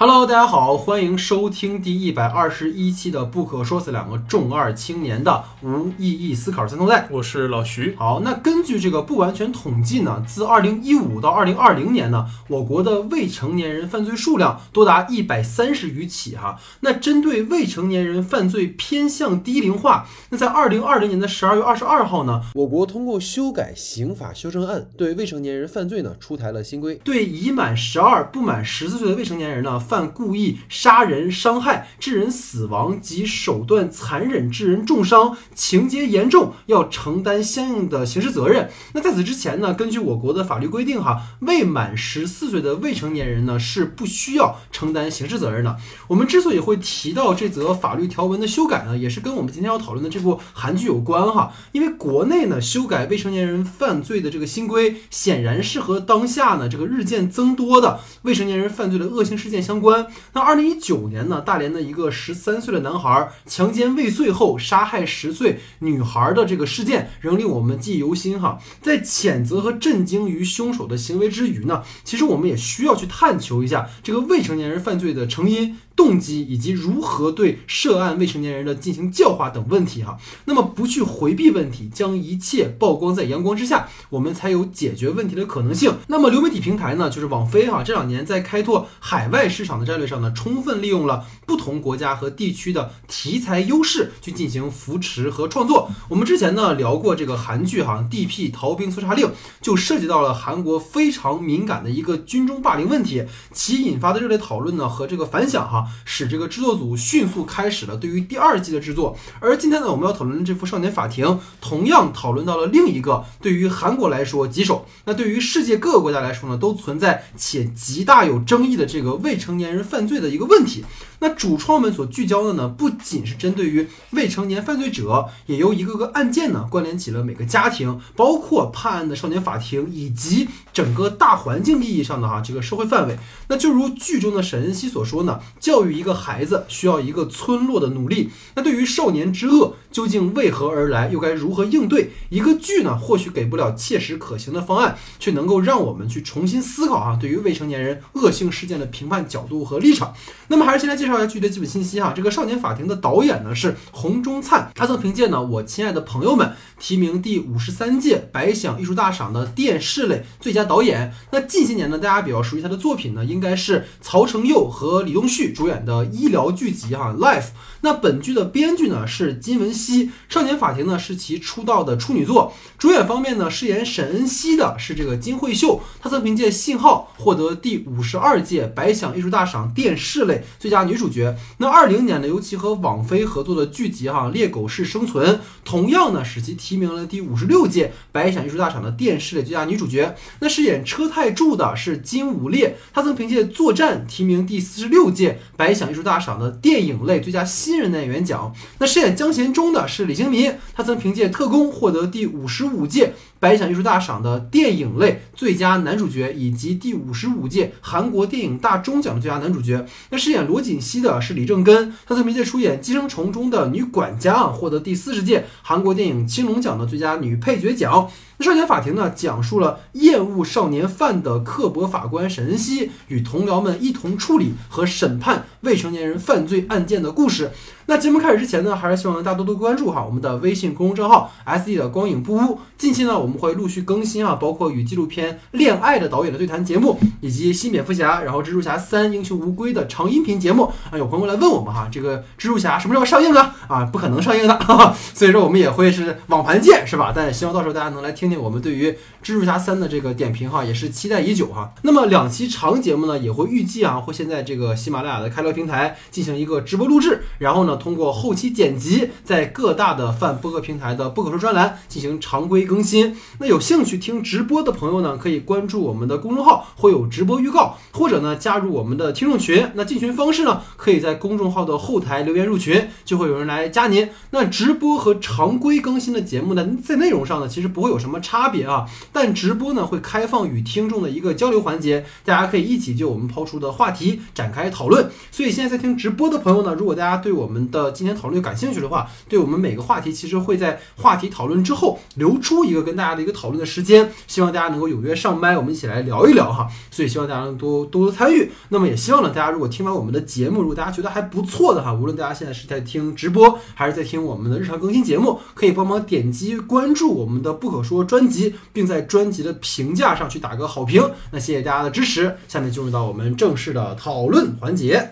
Hello， 大家好，欢迎收听第121期的不可说死两个重二青年的无意义思考三头带。 我是老徐。 好，那根据这个不完全统计呢，自2015到2020年呢，我国的未成年人犯罪数量多达130余起哈。那针对未成年人犯罪偏向低龄化，那在2020年的12月22号呢，我国通过修改刑法修正案，对未成年人犯罪呢出台了新规，对已满12不满14岁的未成年人呢，犯故意杀人、伤害、致人死亡及手段残忍致人重伤，情节严重，要承担相应的刑事责任。那在此之前呢，根据我国的法律规定哈，未满14岁的未成年人呢是不需要承担刑事责任的。我们之所以会提到这则法律条文的修改呢，也是跟我们今天要讨论的这部韩剧有关哈。因为国内呢修改未成年人犯罪的这个新规，显然是和当下呢这个日渐增多的未成年人犯罪的恶性事件相关。那2019年呢，大连的一个13岁的男孩强奸未遂后杀害10岁女孩的这个事件，仍令我们记忆犹新哈。在谴责和震惊于凶手的行为之余呢，其实我们也需要去探求一下这个未成年人犯罪的成因、动机以及如何对涉案未成年人的进行教化等问题哈。那么不去回避问题，将一切曝光在阳光之下，我们才有解决问题的可能性。那么流媒体平台呢，就是网飞哈，这2年在开拓海外市场的战略上呢，充分利用了不同国家和地区的题材优势去进行扶持和创作。我们之前呢聊过这个韩剧哈，DP 逃兵搜查令，就涉及到了韩国非常敏感的一个军中霸凌问题，其引发的热烈讨论呢和这个反响哈，使这个制作组迅速开始了对于第2季的制作。而今天呢，我们要讨论的这部《少年法庭》，同样讨论到了另一个对于韩国来说棘手，那对于世界各个国家来说呢，都存在且极大有争议的这个未成年人犯罪的一个问题。那主创们所聚焦的呢，不仅是针对于未成年犯罪者，也由一个个案件呢关联起了每个家庭，包括判案的少年法庭，以及整个大环境意义上的这个社会范围。那就如剧中的沈恩熙所说呢，教育一个孩子需要一个村落的努力。那对于少年之恶究竟为何而来，又该如何应对？一个剧呢，或许给不了切实可行的方案，却能够让我们去重新思考对于未成年人恶性事件的评判角度和立场。那么还是先来介绍一下剧的基本信息哈。这个《少年法庭》的导演呢是洪忠灿，他曾凭借呢《我亲爱的朋友们》提名第53届百想艺术大赏的电视类最佳导演。那近些年呢，大家比较熟悉他的作品呢，应该是曹承佑和李东旭主演的医疗剧集Life。那本剧的编剧呢是金文熙，《少年法庭》呢是其出道的处女作。主演方面呢，饰演沈恩熙的是这个金惠秀，她曾凭借《信号》获得第52届百想艺术大赏电视类最佳女主角。那20年呢，由其和网飞合作的剧集猎狗式生存，同样呢使其提名了第56届百想艺术大赏的电视类最佳女主角。那饰演车太柱的是金武烈，她曾凭借《作战》提名第46届百想艺术大赏的电影类最佳新人男演员奖。那饰演江贤忠的是李星民，他曾凭借《特工》获得第55届百想艺术大赏的电影类最佳男主角，以及第55届韩国电影大钟奖的最佳男主角。那饰演罗锦熙的是李正根，他曾凭借出演《寄生虫》中的女管家获得第40届韩国电影青龙奖的最佳女配角奖。那少年法庭呢，讲述了厌恶少年犯的刻薄法官沈恩熙与同僚们一同处理和审判未成年人犯罪案件的故事。那节目开始之前呢，还是希望大家多多关注我们的微信公众账号 SD 的光影不污。近期呢，我们会陆续更新包括与纪录片《恋爱》的导演的对谈节目，以及新蝙蝠侠，然后蜘蛛侠3英雄无归的长音频节目。有朋友来问我们这个蜘蛛侠什么时候上映不可能上映的，所以说我们也会是网盘见是吧？但也希望到时候大家能来听听我们对于蜘蛛侠3的这个点评也是期待已久那么2期长节目呢，也会预计会先在这个喜马拉雅的开聊平台进行一个直播录制，然后呢通过后期剪辑，在各大的泛播客平台的不可说专栏进行常规更新。那有兴趣听直播的朋友呢，可以关注我们的公众号，会有直播预告，或者呢加入我们的听众群。那进群方式呢，可以在公众号的后台留言入群，就会有人来加您。那直播和常规更新的节目呢，在内容上呢其实不会有什么差别但直播呢会开放与听众的一个交流环节，大家可以一起就我们抛出的话题展开讨论。所以现在在听直播的朋友呢，如果大家对我们们的今天讨论感兴趣的话，对我们每个话题其实会在话题讨论之后留出一个跟大家的一个讨论的时间，希望大家能够踊跃上麦，我们一起来聊一聊哈。所以希望大家能多参与。那么也希望呢，大家如果听完我们的节目，如果大家觉得还不错的哈，无论大家现在是在听直播还是在听我们的日常更新节目，可以帮忙点击关注我们的不可说专辑，并在专辑的评价上去打个好评。那谢谢大家的支持，下面进入到我们正式的讨论环节。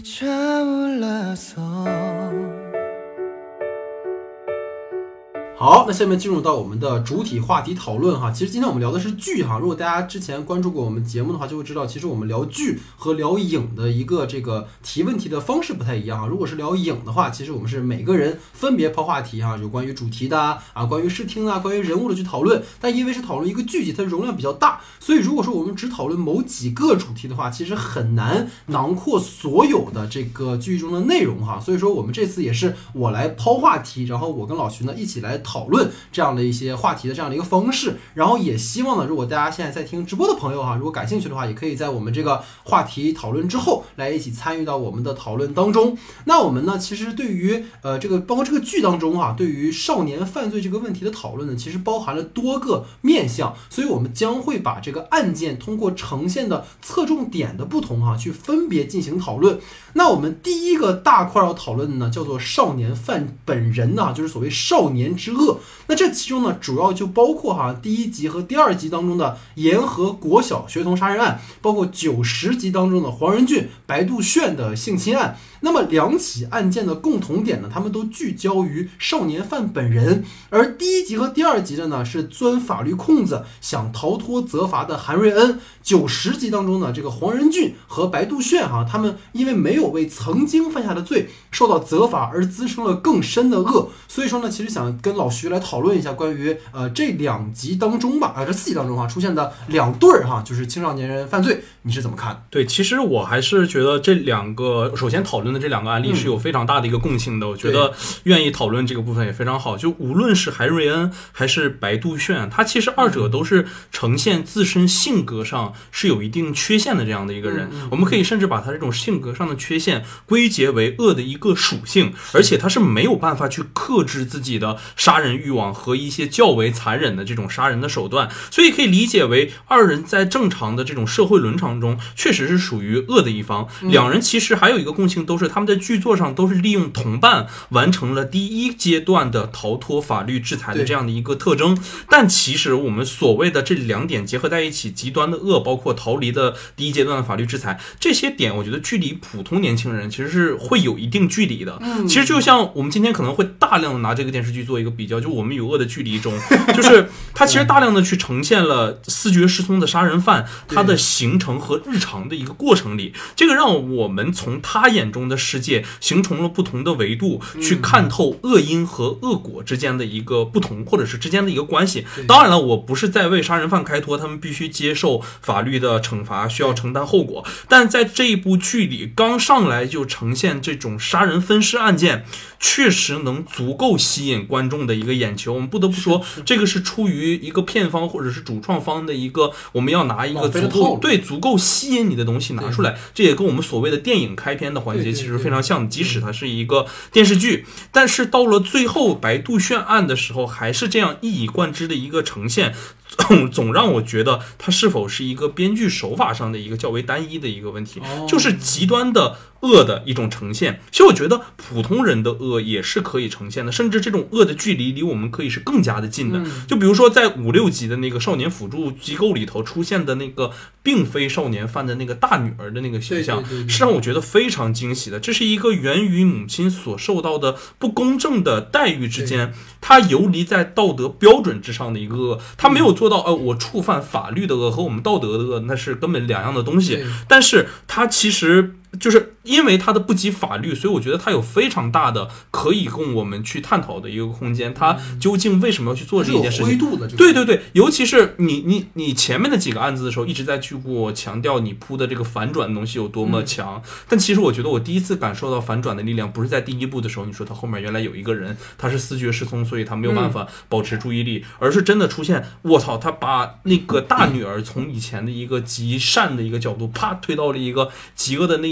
好，那下面进入到我们的主体话题讨论哈。其实今天我们聊的是剧哈，如果大家之前关注过我们节目的话，就会知道，其实我们聊剧和聊影的一个这个提问题的方式不太一样哈。如果是聊影的话，其实我们是每个人分别抛话题哈，有关于主题的啊，关于视听的，关于人物的去讨论。但因为是讨论一个剧集，它容量比较大，所以如果说我们只讨论某几个主题的话，其实很难囊括所有的这个剧中的内容哈。所以说我们这次也是我来抛话题，然后我跟老徐呢一起来讨论这样的一些话题的这样的一个方式，然后也希望呢，如果大家现在在听直播的朋友哈，如果感兴趣的话，也可以在我们这个话题讨论之后来一起参与到我们的讨论当中。那我们呢，其实对于这个包括这个剧当中哈，对于少年犯罪这个问题的讨论呢，其实包含了多个面向，所以我们将会把这个案件通过呈现的侧重点的不同哈，去分别进行讨论。那我们第一个大块要讨论的呢，叫做少年犯本人呢，就是所谓少年之恶。那这其中呢，主要就包括第一集和第二集当中的沿河国小学童杀人案，包括9、10集当中的黄仁俊、白杜炫的性侵案。那么2起案件的共同点呢，他们都聚焦于少年犯本人，而第一集和第二集的呢，是钻法律空子想逃脱责罚的韩瑞恩。9、10集当中呢，这个黄仁俊和白杜炫他们因为没有为曾经犯下的罪受到责罚而滋生了更深的恶。所以说呢，其实想跟老徐来讨论一下关于这2集当中吧，这4集当中出现的2对就是青少年人犯罪，你是怎么看？ 对，其实我还是觉得这2个首先讨论的这2个案例是有非常大的一个共性的，我觉得愿意讨论这个部分也非常好。就无论是韩瑞恩还是白杜炫，他其实2者都是呈现自身性格上是有一定缺陷的这样的一个人，我们可以甚至把他这种性格上的缺陷归结为恶的一个属性，而且他是没有办法去克制自己的杀人欲望和一些较为残忍的这种杀人的手段，所以可以理解为2人在正常的这种社会伦常中确实是属于恶的一方。2人其实还有一个共性，都是他们在剧作上都是利用同伴完成了第一阶段的逃脱法律制裁的这样的一个特征。但其实我们所谓的这2点结合在一起，极端的恶包括逃离的第一阶段的法律制裁，这些点我觉得距离普通年轻人其实是会有一定距离的。其实就像我们今天可能会大量的拿这个电视剧做一个比较，就我们与恶的距离中，就是它其实大量的去呈现了思觉失聪的杀人犯他的形成和日常的一个过程里，这个让我们从他眼中的世界形成了不同的维度，去看透恶因和恶果之间的一个不同，或者是之间的一个关系。当然了，我不是在为杀人犯开脱，他们必须接受法律的惩罚，需要承担后果。但在这一部剧里，刚上来就呈现这种杀人分尸案件，确实能足够吸引观众的一个眼球。我们不得不说，这个是出于一个片方或者是主创方的一个，我们要拿一个足够吸引你的东西拿出来。这也跟我们所谓的电影开篇的环节其实非常像，即使它是一个电视剧，但是到了最后白杜炫案的时候，还是这样一以贯之的一个呈现。总让我觉得它是否是一个编剧手法上的一个较为单一的一个问题，就是极端的恶的一种呈现。其实我觉得普通人的恶也是可以呈现的，甚至这种恶的距离离我们可以是更加的近的。就比如说在5、6集的那个少年辅助机构里头出现的那个并非少年犯的那个大女儿的那个形象，是让我觉得非常惊喜的。这是一个源于母亲所受到的不公正的待遇之间，他游离在道德标准之上的一个恶，他没有做到我触犯法律的恶和我们道德的恶那是根本两样的东西，但是他其实就是因为他的不及法律，所以我觉得他有非常大的可以供我们去探讨的一个空间。他究竟为什么要去做这一件事情？对对对，尤其是你前面的几个案子的时候一直在去给我强调你铺的这个反转的东西有多么强，但其实我觉得我第一次感受到反转的力量不是在第一部的时候，你说他后面原来有一个人他是思觉失聪，所以他没有办法保持注意力，而是真的出现我操，他把那个大女儿从以前的一个极善的一个角度啪推到了一个极恶的那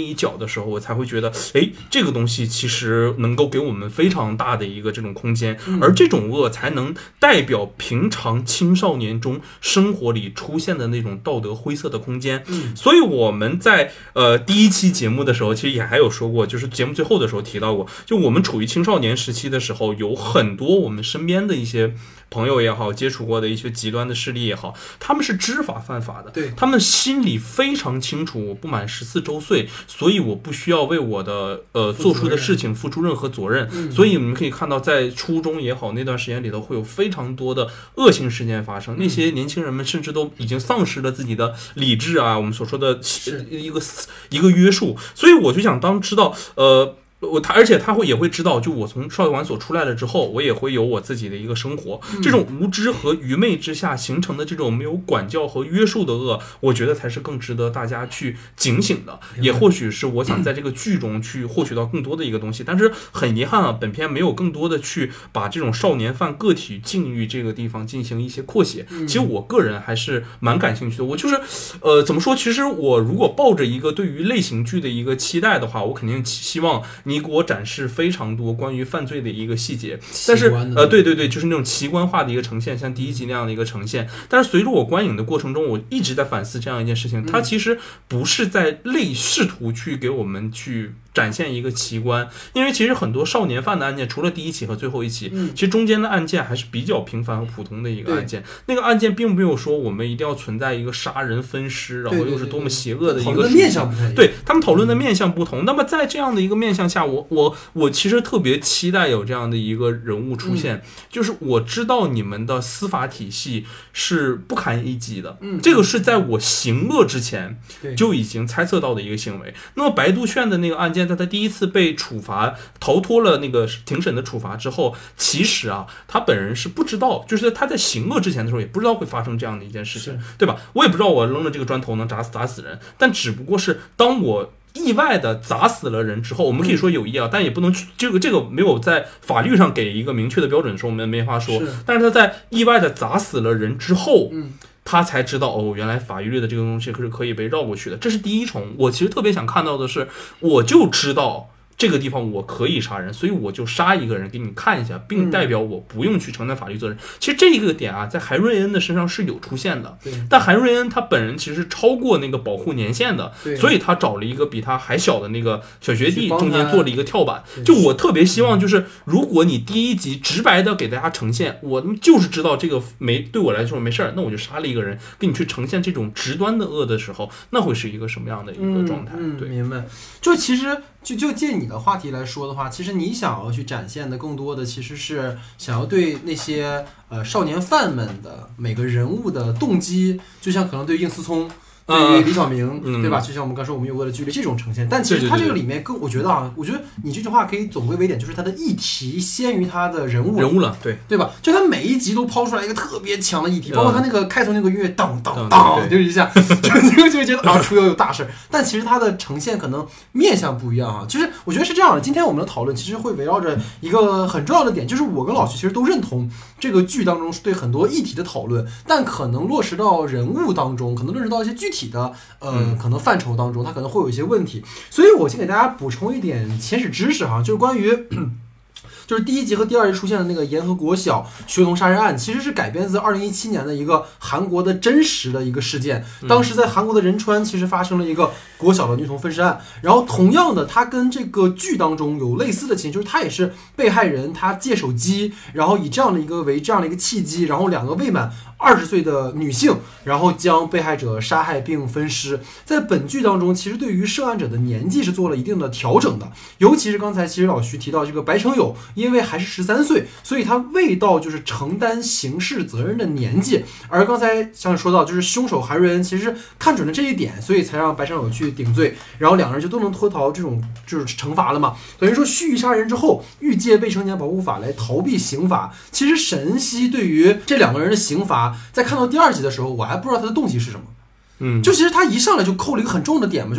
一脚的时候，我才会觉得，哎，这个东西其实能够给我们非常大的一个这种空间，而这种恶才能代表平常青少年中生活里出现的那种道德灰色的空间。所以我们在第一期节目的时候，其实也还有说过，就是节目最后的时候提到过，就我们处于青少年时期的时候，有很多我们身边的一些朋友也好，接触过的一些极端的势力也好，他们是知法犯法的， 对， 他们心里非常清楚，我不满14周岁，所以我不需要为我的做出的事情付出任何责任。所以你们可以看到，在初中也好，那段时间里头会有非常多的恶性事件发生，那些年轻人们甚至都已经丧失了自己的理智啊，我们所说的一个约束。所以我就想当知道而且他也会知道，就我从少管所出来了之后，我也会有我自己的一个生活。这种无知和愚昧之下形成的这种没有管教和约束的恶，我觉得才是更值得大家去警醒的。也或许是我想在这个剧中去获取到更多的一个东西，但是很遗憾啊，本片没有更多的去把这种少年犯个体境遇这个地方进行一些扩写。其实我个人还是蛮感兴趣的。我就是怎么说？其实我如果抱着一个对于类型剧的一个期待的话，我肯定希望你给我展示非常多关于犯罪的一个细节，但是对，就是那种奇观化的一个呈现，像第一集那样的一个呈现。但是随着我观影的过程中，我一直在反思这样一件事情，它其实不是在试图去给我们去展现一个奇观，因为其实很多少年犯的案件，除了第一起和最后一起，其实中间的案件还是比较平凡和普通的一个案件。那个案件并没有说我们一定要存在一个杀人分尸，然后又是多么邪恶的一个面向不同， 对，他们讨论的面向不同。那么在这样的一个面向下，我其实特别期待有这样的一个人物出现，就是我知道你们的司法体系是不堪一击的，这个是在我行恶之前就已经猜测到的一个行为。那么白杜炫的那个案件，在他第一次被处罚逃脱了那个庭审的处罚之后，其实啊，他本人是不知道，就是他在行恶之前的时候也不知道会发生这样的一件事情，对吧？我也不知道我扔了这个砖头能砸死人，但只不过是当我意外的砸死了人之后，我们可以说有意啊，但也不能这个没有在法律上给一个明确的标准的时候，我们没法说。但是他在意外的砸死了人之后，他才知道原来法律的这个东西是可以被绕过去的。这是第一重。我其实特别想看到的是，我就知道这个地方我可以杀人，所以我就杀一个人给你看一下，并代表我不用去承担法律责任。其实这一个点啊，在韩瑞恩的身上是有出现的，但韩瑞恩他本人其实超过那个保护年限的，所以他找了一个比他还小的那个小学弟，中间做了一个跳板。就我特别希望，就是如果你第一集直白的给大家呈现，我就是知道这个对我来说没事儿，那我就杀了一个人，给你去呈现这种极端的恶的时候，那会是一个什么样的一个状态？对， 明白。就其实就借你的话题来说的话，其实你想要去展现的更多的其实是想要对那些少年犯们的每个人物的动机，就像可能对应思聪。对于李小明，对吧？就像我们刚说我们有过的距离这种呈现，但其实他这个里面更，我觉得你这句话可以总归为一点，就是他的议题先于他的人物了，对吧？就他每一集都抛出来一个特别强的议题，包括他那个开头那个音乐当当当，就是一下，就觉得出有大事。但其实他的呈现可能面向不一样啊。其实我觉得是这样的，今天我们的讨论其实会围绕着一个很重要的点，就是我跟老徐其实都认同这个剧当中是对很多议题的讨论，但可能落实到人物当中，可能落实到一些具体的可能范畴当中，它可能会有一些问题。所以我先给大家补充一点前史知识哈，就是关于就是第一集和第二集出现的那个沿河国小学童杀人案，其实是改编自2017年的一个韩国的真实的一个事件。当时在韩国的仁川其实发生了一个国小的女童分尸案，然后同样的，它跟这个剧当中有类似的情，就是他也是被害人，他借手机，然后以这样的一个契机，然后两个未满20岁的女性，然后将被害者杀害并分尸。在本剧当中，其实对于涉案者的年纪是做了一定的调整的，尤其是刚才其实老徐提到这个白成友，因为还是13岁，所以他未到就是承担刑事责任的年纪。而刚才像说到，就是凶手韩瑞恩其实看准了这一点，所以才让白成友去顶罪，然后两个人就都能脱逃这种就是惩罚了嘛。等于说蓄意杀人之后，欲借未成年保护法来逃避刑罚。其实沈恩熙对于这两个人的刑罚，在看到第二集的时候，我还不知道他的动机是什么。就其实他一上来就扣了一个很重的点嘛，就是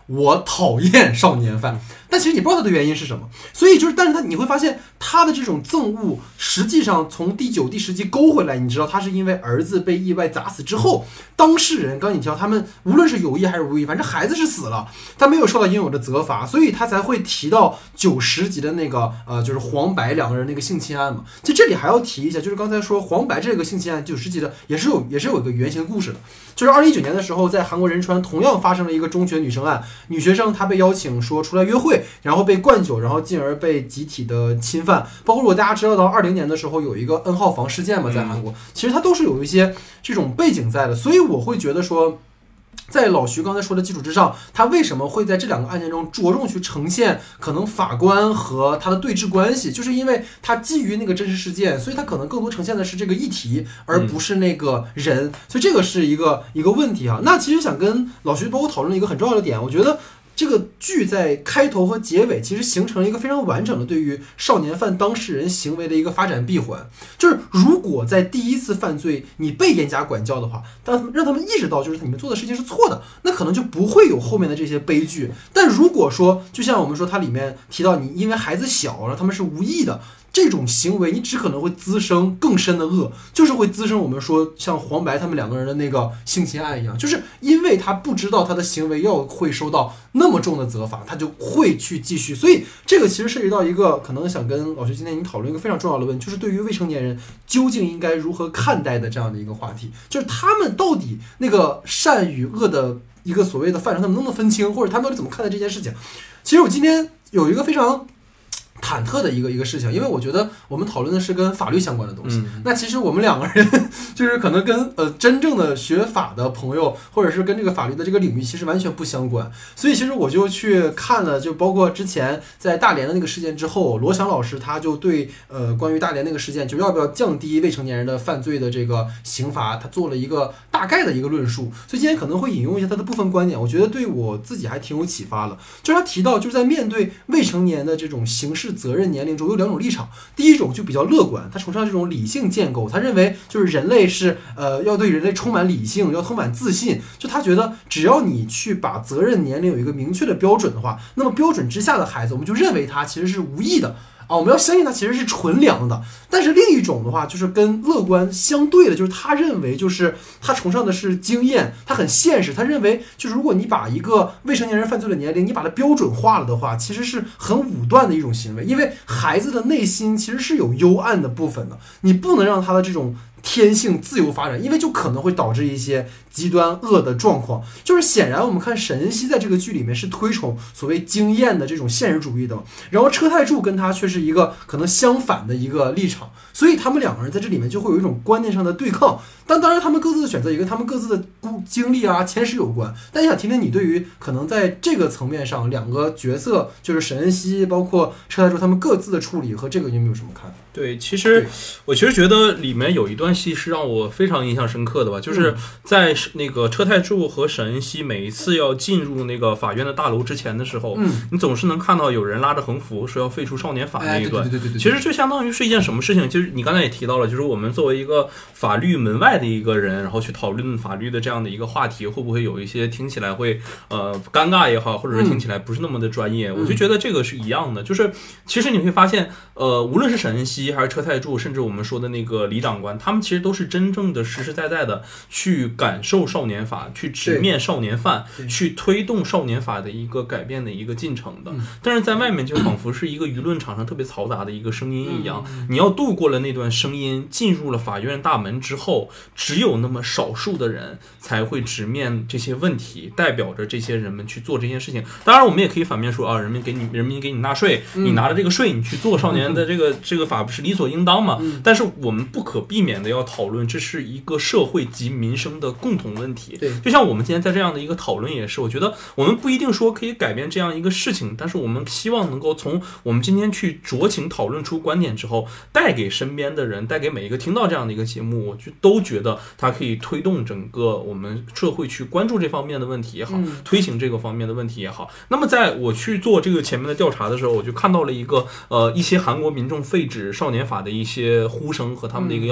我讨厌少年犯，但其实你不知道他的原因是什么。所以就是，但是你会发现他的这种憎恶，实际上从第9、第10集勾回来，你知道他是因为儿子被意外砸死之后，当事人刚你提到他们无论是有意还是无意，反正孩子是死了，他没有受到应有的责罚，所以他才会提到9、10集的那个就是黄白两个人那个性侵案嘛。其实这里还要提一下，就是刚才说黄白这个性侵案9、10集的也是有一个原型故事的，就是2019年的时候，在韩国仁川同样发生了一个中学女生案，女学生她被邀请说出来约会，然后被灌酒，然后进而被集体的侵犯。包括如果大家知道到20年的时候有一个 N 号房事件嘛，在韩国，其实它都是有一些这种背景在的，所以我会觉得说，在老徐刚才说的基础之上，他为什么会在这2个案件中着重去呈现可能法官和他的对峙关系，就是因为他基于那个真实事件，所以他可能更多呈现的是这个议题，而不是那个人，所以这个是一个问题啊。那其实想跟老徐包括讨论一个很重要的点，我觉得这个剧在开头和结尾其实形成了一个非常完整的对于少年犯当事人行为的一个发展闭环。就是如果在第一次犯罪你被严加管教的话，让他们意识到就是你们做的事情是错的，那可能就不会有后面的这些悲剧。但如果说就像我们说它里面提到你因为孩子小，然后他们是无意的，这种行为你只可能会滋生更深的恶，就是会滋生我们说像黄白他们2个人的那个性侵案一样，就是因为他不知道他的行为会受到那么重的责罚，他就会去继续。所以这个其实涉及到一个可能想跟老徐今天讨论一个非常重要的问题，就是对于未成年人究竟应该如何看待的这样的一个话题，就是他们到底那个善与恶的一个所谓的范畴他们能不能分清，或者他们到底怎么看待这件事情。其实我今天有一个非常忐忑的一个事情，因为我觉得我们讨论的是跟法律相关的东西，那其实我们2个人就是可能跟真正的学法的朋友，或者是跟这个法律的这个领域其实完全不相关，所以其实我就去看了，就包括之前在大连的那个事件之后，罗翔老师他就对关于大连那个事件就要不要降低未成年人的犯罪的这个刑罚，他做了一个大概的一个论述，所以今天可能会引用一下他的部分观点，我觉得对我自己还挺有启发的。就是他提到就是在面对未成年的这种刑事责任年龄中有2种立场，第一种就比较乐观，他崇尚这种理性建构，他认为就是人类是要对人类充满理性，要充满自信，就他觉得只要你去把责任年龄有一个明确的标准的话，那么标准之下的孩子我们就认为他其实是无意的我们要相信他其实是纯良的。但是另一种的话就是跟乐观相对的，就是他认为就是他崇尚的是经验，他很现实，他认为就是如果你把一个未成年人犯罪的年龄你把它标准化了的话，其实是很武断的一种行为，因为孩子的内心其实是有幽暗的部分的，你不能让他的这种天性自由发展，因为就可能会导致一些极端恶的状况。就是显然我们看沈恩熙在这个剧里面是推崇所谓经验的这种现实主义的，然后车太柱跟他却是一个可能相反的一个立场，所以他们2个人在这里面就会有一种观念上的对抗。但当然他们各自的选择也跟他们各自的经历前史有关。但想听听你对于可能在这个层面上2个角色就是沈恩熙包括车太柱他们各自的处理和这个你有没有什么看法？ 对，我其实觉得里面有一段戏是让我非常印象深刻的吧，就是在那个车太柱和沈恩熙每一次要进入那个法院的大楼之前的时候，你总是能看到有人拉着横幅说要废除少年法那一段。其实这相当于是一件什么事情？就是你刚才也提到了，就是我们作为一个法律门外的一个人，然后去讨论法律的这样的一个话题，会不会有一些听起来会尴尬也好，或者是听起来不是那么的专业？我就觉得这个是一样的，就是其实你会发现无论是沈恩熙还是车太柱，甚至我们说的那个李长官，他们其实都是真正的实实在在的去感受少年法，去直面少年犯，去推动少年法的一个改变的一个进程的。但是在外面就仿佛是一个舆论场上特别嘈杂的一个声音一样，你要度过了那段声音，进入了法院大门之后，只有那么少数的人才会直面这些问题，代表着这些人们去做这件事情。当然我们也可以反面说人民给你纳税，你拿着这个税你去做少年的这个法不是理所应当嘛？但是我们不可避免的要讨论，这是一个社会及民生的共同问题。就像我们今天在这样的一个讨论也是，我觉得我们不一定说可以改变这样一个事情，但是我们希望能够从我们今天去酌情讨论出观点之后，带给身边的人，带给每一个听到这样的一个节目，我就都觉得它可以推动整个我们社会去关注这方面的问题也好，推行这个方面的问题也好。那么在我去做这个前面的调查的时候，我就看到了一些韩国民众废止少年法的一些呼声和他们的一个要求。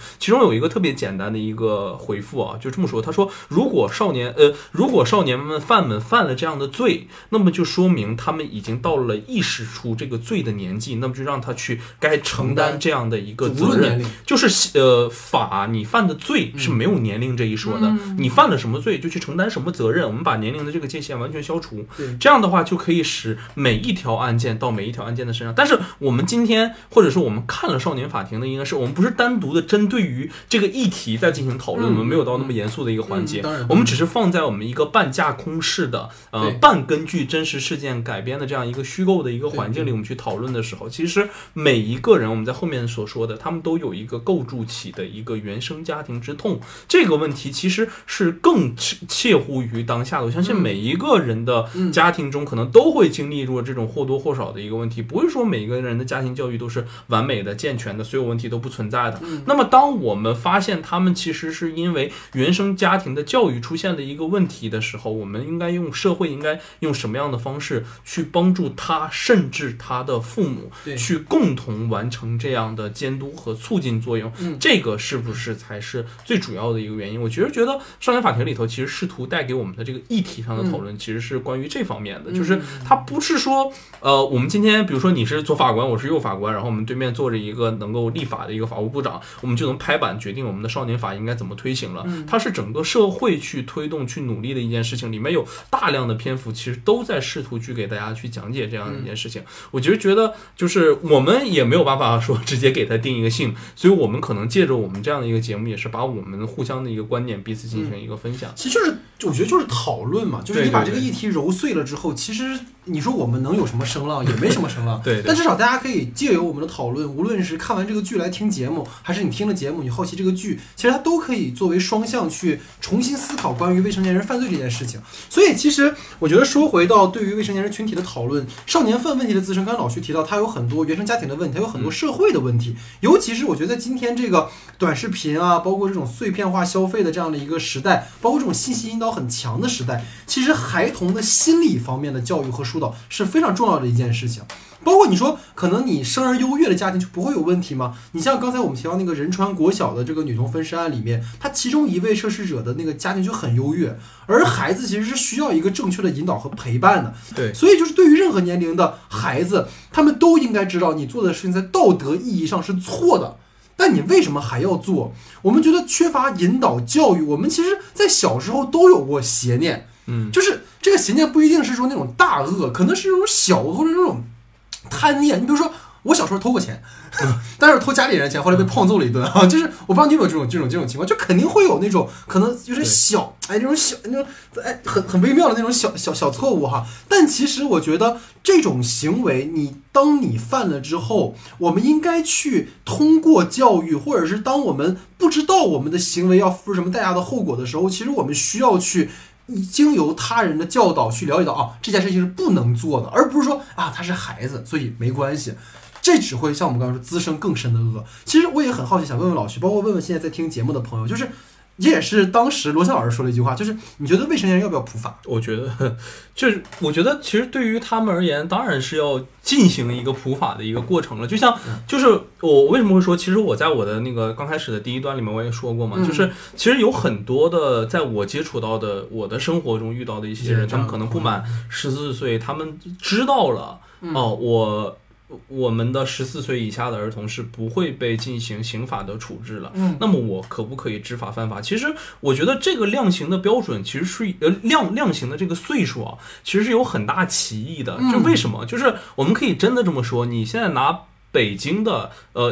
其中有一个特别简单的一个回复啊，就这么说，他说如果少年们犯了这样的罪，那么就说明他们已经到了意识出这个罪的年纪，那么就让他去该承担这样的一个责任。就是你犯的罪是没有年龄这一说的，你犯了什么罪就去承担什么责任，我们把年龄的这个界限完全消除，这样的话就可以使每一条案件到每一条案件的身上。但是我们今天或者说我们看了少年法庭的，应该是我们不是单独的针对于这个议题在进行讨论，我们没有到那么严肃的一个环节，我们只是放在我们一个半架空式的半根据真实事件改编的这样一个虚构的一个环境里，我们去讨论的时候，其实每一个人我们在后面所说的，他们都有一个构筑起的一个原生家庭之痛，这个问题其实是更切乎于当下的。我相信每一个人的家庭中可能都会经历过这种或多或少的一个问题，不会说每一个人的家庭教育都是完美的健全的，所有问题都不存在的。那么当我们发现他们其实是因为原生家庭的教育出现的一个问题的时候，我们社会应该用什么样的方式去帮助他甚至他的父母去共同完成这样的监督和促进作用，这个是不是才是最主要的一个原因？我觉得少年法庭里头其实试图带给我们的这个议题上的讨论其实是关于这方面的，就是它不是说我们今天比如说你是做法官，我是右法官，然后我们对面坐着一个能够立法的一个法务部长，我们就能拍板决定我们的少年法应该怎么推行了。它是整个社会去推动去努力的一件事情，里面有大量的篇幅其实都在试图去给大家去讲解这样的一件事情。我觉得就是我们也没有办法说直接给他定一个性，所以我们可能借着我们这样的一个节目，也是把我们互相的一个观点彼此进行一个分享。 其实我觉得就是讨论嘛，就是你把这个议题揉碎了之后，其实你说我们能有什么声浪，也没什么声浪。 对， 但至少大家可以借由我们的讨论，无论是看完这个剧来听节目，还是你听了节目你好奇这个剧，其实它都可以作为双向去重新思考关于未成年人犯罪这件事情。所以其实我觉得说回到对于未成年人群体的讨论，少年犯问题的滋生，刚才老徐提到它有很多原生家庭的问题，它有很多社会的问题，尤其是我觉得在今天这个短视频啊，包括这种碎片化消费的这样的一个时代，包括这种信息引导很强的时代，其实孩童的心理方面的教育和疏导是非常重要的一件事情。包括你说可能你生而优越的家庭就不会有问题吗？你像刚才我们提到那个仁川国小的这个女童分尸案里面，他其中一位涉事者的那个家庭就很优越，而孩子其实是需要一个正确的引导和陪伴的。 对， 所以就是对于任何年龄的孩子，他们都应该知道你做的事情在道德意义上是错的，但你为什么还要做？我们觉得缺乏引导教育，我们其实在小时候都有过邪念，就是这个邪念不一定是说那种大恶，可能是那种小恶或者那种贪念。你比如说我小时候偷过钱，但是偷家里人的钱，后来被胖揍了一顿啊！就是我不知道你有没有这种情况，就肯定会有那种可能就是小那种很微妙的那种小错误哈。但其实我觉得这种行为，当你犯了之后，我们应该去通过教育，或者是当我们不知道我们的行为要付出什么代价的后果的时候，其实我们需要去经由他人的教导去了解到这件事情是不能做的，而不是说他是孩子所以没关系，这只会像我们刚刚说滋生更深的恶。其实我也很好奇，想问问老徐，包括问问现在在听节目的朋友，就是这也是当时罗翔老师说了一句话，就是你觉得未成年人要不要普法？ 我觉得其实对于他们而言，当然是要进行一个普法的一个过程了。就是我为什么会说，其实我在我的那个刚开始的第一段里面我也说过嘛，就是其实有很多的在我接触到的我的生活中遇到的一些人，他们可能不满14岁，他们知道了我们的14岁以下的儿童是不会被进行刑法的处置了，那么我可不可以知法犯法？其实我觉得这个量刑的标准其实是量刑的这个岁数其实是有很大歧义的。就为什么？就是我们可以真的这么说，你现在拿北京的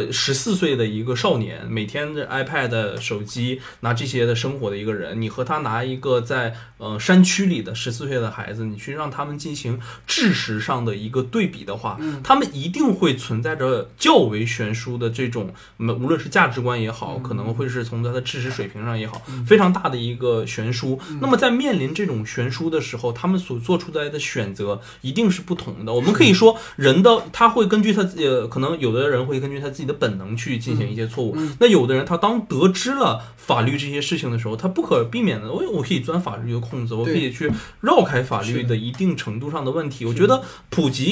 14岁的一个少年，每天的 iPad 手机拿这些的生活的一个人，你和他拿一个在山区里的14岁的孩子，你去让他们进行知识上的一个对比的话，他们一定会存在着较为悬殊的这种无论是价值观也好，可能会是从他的知识水平上也好，非常大的一个悬殊。那么在面临这种悬殊的时候，他们所做出来的选择一定是不同的。我们可以说人的他会根据他可能有的人会根据他自己的本能去进行一些错误，那有的人他当得知了法律这些事情的时候，他不可避免的我可以钻法律的空子，我可以去绕开法律的一定程度上的问题。我觉得普及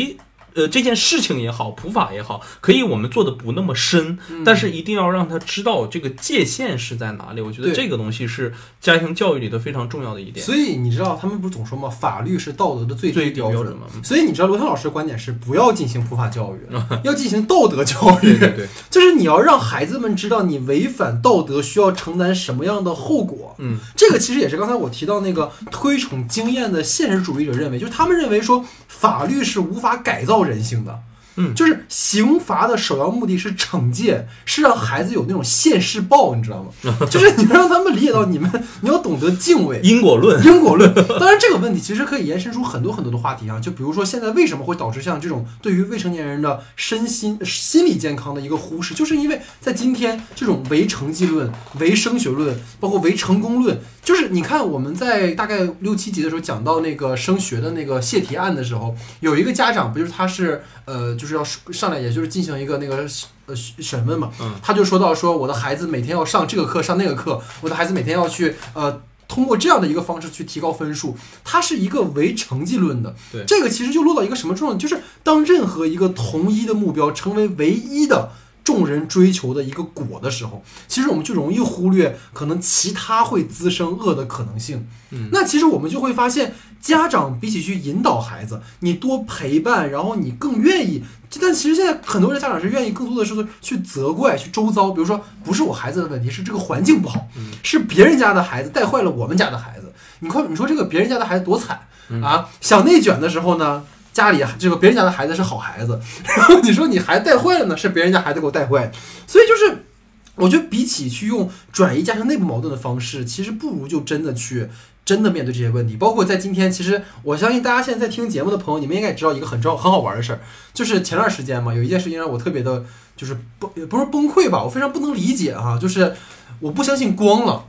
这件事情也好，普法也好，可以我们做的不那么深，但是一定要让他知道这个界限是在哪里。我觉得这个东西是家庭教育里的非常重要的一点。 所以你知道他们不是总说吗？法律是道德的最低标准吗？ 所以你知道罗翔老师的观点是不要进行普法教育，要进行道德教育。 对， 就是你要让孩子们知道你违反道德需要承担什么样的后果。这个其实也是刚才我提到那个推崇经验的现实主义者认为，就是他们认为说法律是无法改造人性的。就是刑罚的首要目的是惩戒，是让孩子有那种现世报，你知道吗？就是你让他们理解到你要懂得敬畏因果论。 当然这个问题其实可以延伸出很多很多的话题啊，就比如说现在为什么会导致像这种对于未成年人的心理健康的一个忽视，就是因为在今天这种唯成绩论、唯升学论，包括唯成功论，就是你看我们在大概6、7集的时候讲到那个升学的那个泄题案的时候，有一个家长不就是他是就是要上来，也就是进行一个那个审问嘛，他就说到说我的孩子每天要上这个课上那个课，我的孩子每天要去通过这样的一个方式去提高分数，它是一个唯成绩论的。 对， 这个其实就落到一个什么状况，就是当任何一个统一的目标成为唯一的众人追求的一个果的时候，其实我们就容易忽略可能其他会滋生恶的可能性。那其实我们就会发现，家长比起去引导孩子，你多陪伴，然后你更愿意。但其实现在很多的家长是愿意更多的是去责怪，去周遭，比如说不是我孩子的问题，是这个环境不好，是别人家的孩子带坏了我们家的孩子。你说这个别人家的孩子多惨啊！想内卷的时候呢，家里这个别人家的孩子是好孩子，然后你说你孩子带坏了呢，是别人家孩子给我带坏。所以就是我觉得比起去用转移家庭内部矛盾的方式，其实不如就真的面对这些问题。包括在今天，其实我相信大家现在在听节目的朋友，你们应该也知道一个很好玩的事儿，就是前段时间嘛，有一件事情让我特别的，就是也不是崩溃吧，我非常不能理解哈，就是我不相信光了。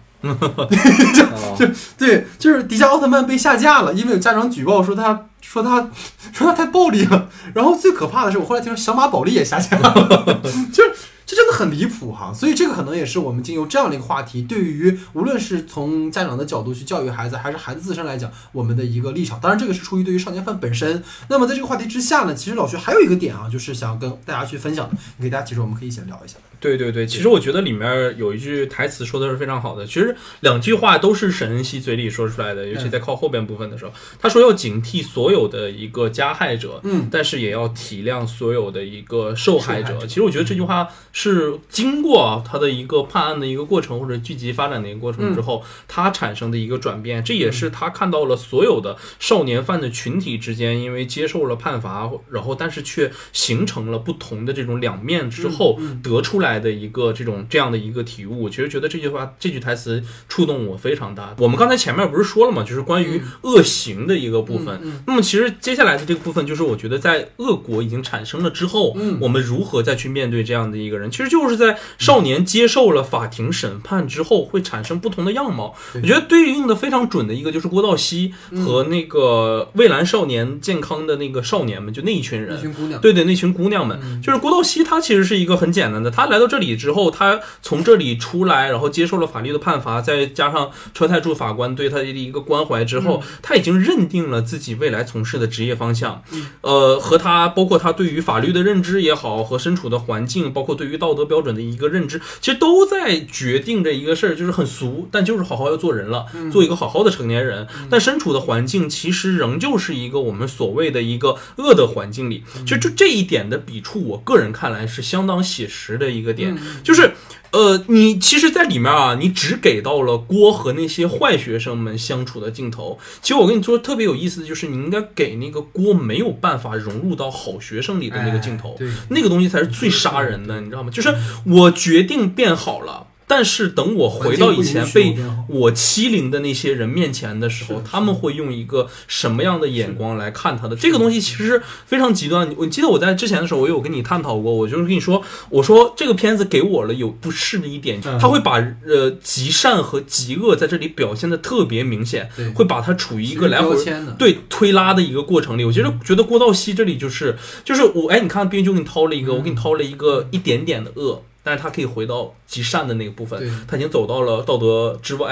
对，就是迪迦奥特曼被下架了，因为有家长举报说他太暴力了。然后最可怕的是，我后来听说小马宝莉也下架了，就是这真的很离谱哈。所以这个可能也是我们经由这样的一个话题，对于无论是从家长的角度去教育孩子，还是孩子自身来讲，我们的一个立场。当然，这个是出于对于少年犯本身。那么在这个话题之下呢，其实老徐还有一个点啊，就是想跟大家去分享的，给大家其实我们可以一起聊一下。 对，其实我觉得里面有一句台词说的是非常好的，其实2句话都是沈恩熙嘴里说出来的，尤其在靠后边部分的时候，他说要警惕所有的一个加害者，但是也要体谅所有的一个受害者。其实我觉得这句话是经过他的一个判案的一个过程，或者剧集发展的一个过程之后，他产生的一个转变。这也是他看到了所有的少年犯的群体之间，因为接受了判罚，然后但是却形成了不同的这种两面之后，得出来的一个这样的一个体悟。其实觉得这句台词触动我非常大。我们刚才前面不是说了嘛，就是关于恶行的一个部分。那么其实接下来的这个部分，就是我觉得在恶果已经产生了之后，我们如何再去面对这样的一个人，其实就是在少年接受了法庭审判之后，会产生不同的样貌。我觉得对应的非常准的一个就是郭道熙和那个蔚蓝少年健康的那个少年们，就那一群人， 那群姑娘， 对，那群姑娘们，就是郭道熙他其实是一个很简单的，他来到这里之后，他从这里出来，然后接受了法律的判罚，再加上车太柱法官对他的一个关怀之后，他已经认定了自己未来从事的职业方向，和他包括他对于法律的认知也好，和身处的环境，包括对于道德标准的一个认知，其实都在决定着一个事儿，就是很俗，但就是好好要做人了，做一个好好的成年人。但身处的环境其实仍旧是一个我们所谓的一个恶的环境里，就这一点的笔触，我个人看来是相当写实的一个点，就是你其实在里面啊，你只给到了郭和那些坏学生们相处的镜头。其实我跟你说特别有意思的就是，你应该给那个郭没有办法融入到好学生里的那个镜头，那个东西才是最杀人的，你知道吗？就是我决定变好了，但是等我回到以前被我欺凌的那些人面前的时候，他们会用一个什么样的眼光来看他的？这个东西其实非常极端。我记得我在之前的时候，我有跟你探讨过，我就是跟你说，我说这个片子给我了有不适的一点，他会把极善和极恶在这里表现的特别明显，会把它处于一个来回对推拉的一个过程里。我觉得郭道熙这里就是我你看编剧给你掏了一个，我给你掏了一点点的恶。但是他可以回到极善的那个部分，他已经走到了道德之外了。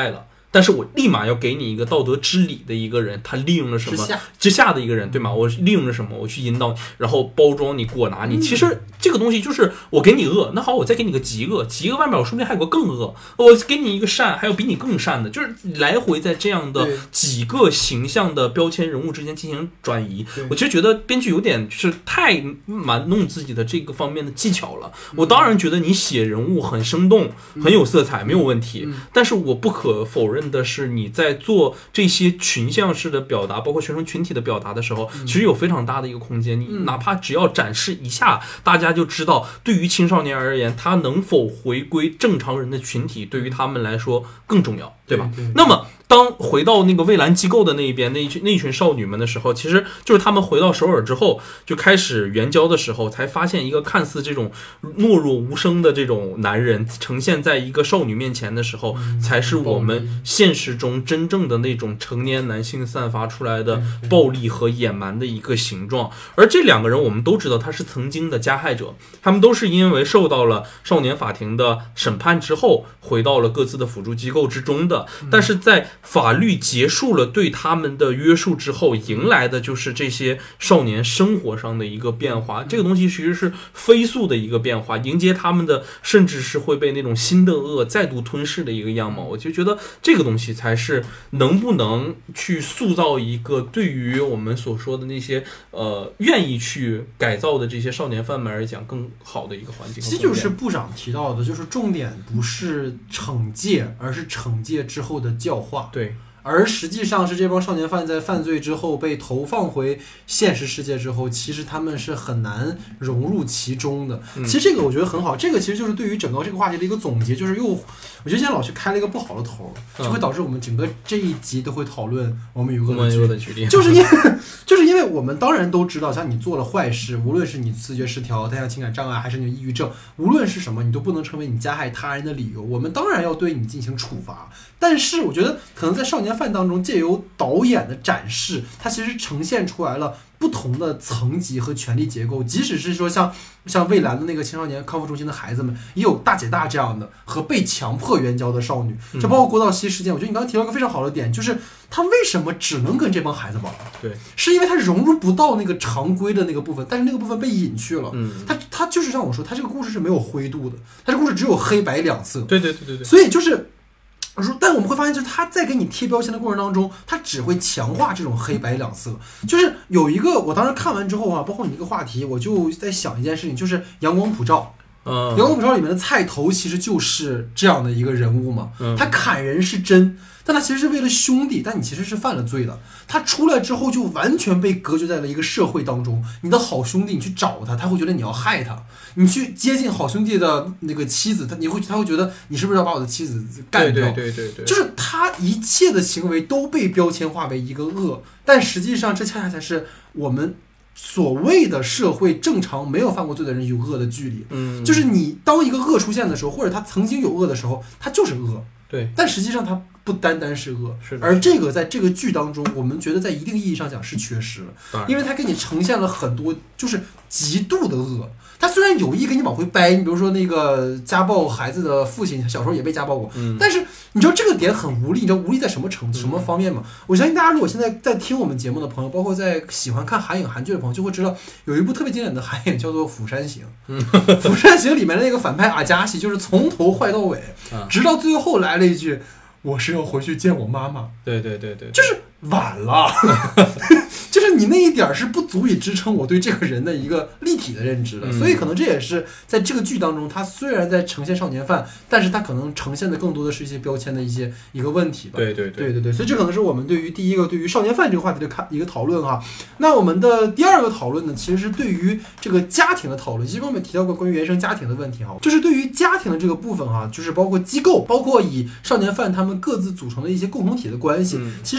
但是我立马要给你一个道德知理的一个人，他利用了什么之下的一个人，对吗？我利用了什么？我去引导你，然后包装你，过拿你。其实这个东西就是我给你恶，那好，我再给你个极恶，极恶外面我说不定还有个更恶，我给你一个善，还有比你更善的，就是来回在这样的几个形象的标签人物之间进行转移。我其实觉得编剧有点就是太蛮弄自己的这个方面的技巧了。我当然觉得你写人物很生动，很有色彩，没有问题。但是我不可否认的是，你在做这些群像式的表达，包括学生群体的表达的时候，其实有非常大的一个空间。你哪怕只要展示一下，大家就知道，对于青少年而言，他能否回归正常人的群体，对于他们来说更重要，对吧？那么当回到那个蔚蓝机构的那一边，那一群少女们的时候，其实就是他们回到首尔之后，就开始援交的时候，才发现一个看似这种懦弱无声的这种男人呈现在一个少女面前的时候，才是我们现实中真正的那种成年男性散发出来的暴力和野蛮的一个形状。而这两个人我们都知道他是曾经的加害者，他们都是因为受到了少年法庭的审判之后回到了各自的辅助机构之中的，但是在法律结束了对他们的约束之后，迎来的就是这些少年生活上的一个变化。这个东西其实是飞速的一个变化，迎接他们的甚至是会被那种新的恶再度吞噬的一个样貌。我就觉得这个东西才是能不能去塑造一个对于我们所说的那些愿意去改造的这些少年犯们而讲更好的一个环境。 其实就是部长提到的，就是重点不是惩戒，而是惩戒之后的教化。 对， 而实际上是这帮少年犯在犯罪之后被投放回现实世界之后，其实他们是很难融入其中的。其实这个我觉得很好，这个其实就是对于整个这个话题的一个总结，就是我觉得现在老去开了一个不好的头，就会导致我们整个这一集都会讨论我们与恶的距离，就是因为我们当然都知道，像你做了坏事，无论是你思觉失调、单向情感障碍，还是你抑郁症，无论是什么，你都不能成为你加害他人的理由。我们当然要对你进行处罚，但是我觉得可能在少年犯当中，借由导演的展示，它其实呈现出来了不同的层级和权力结构。即使是说像蔚蓝的那个青少年康复中心的孩子们，也有大姐大这样的和被强迫援交的少女，这包括郭道熙事件。我觉得你刚刚提到一个非常好的点，就是他为什么只能跟这帮孩子玩？ 对， 是因为他融入不到那个常规的那个部分，但是那个部分被隐去了。他就是像我说，他这个故事是没有灰度的，他这个故事只有黑白两色。 对， 所以就是但我们会发现，就是他在给你贴标签的过程当中，他只会强化这种黑白两色。就是有一个，我当时看完之后啊，包括你这个话题，我就在想一件事情，就是阳光普照。阳光普照里面的菜头其实就是这样的一个人物嘛。他砍人是真，但他其实是为了兄弟，但你其实是犯了罪的。他出来之后就完全被隔绝在了一个社会当中。你的好兄弟，你去找他，他会觉得你要害他；你去接近好兄弟的那个妻子，他会觉得你是不是要把我的妻子干掉？ 对， 就是他一切的行为都被标签化为一个恶，但实际上这恰恰才是我们所谓的社会正常没有犯过罪的人与恶的距离。就是你当一个恶出现的时候，或者他曾经有恶的时候，他就是恶。 对， 但实际上它不单单是恶， 是的。 而这个在这个剧当中，我们觉得在一定意义上讲是缺失了，因为它给你呈现了很多就是极度的恶。他虽然有意给你往回掰，你比如说那个家暴孩子的父亲小时候也被家暴过，但是你知道这个点很无力，你知道无力在什么方面吗？我相信大家如果现在在听我们节目的朋友，包括在喜欢看韩影韩剧的朋友，就会知道有一部特别经典的韩影叫做《釜山行》。釜山行里面的那个反派阿加西就是从头坏到尾，直到最后来了一句：“我是要回去见我妈妈。” 对， 就是晚了。就是你那一点是不足以支撑我对这个人的一个立体的认知的，所以可能这也是在这个剧当中，他虽然在呈现少年犯，但是他可能呈现的更多的是一些标签的一个问题吧。 对， 所以这可能是我们对于第一个对于少年犯这个话题的一个讨论哈。那我们的第二个讨论呢，其实是对于这个家庭的讨论。其实我们提到过关于原生家庭的问题哈，就是对于家庭的这个部分哈，就是包括机构，包括以少年犯他们各自组成的一些共同体的关系，其实我们可以把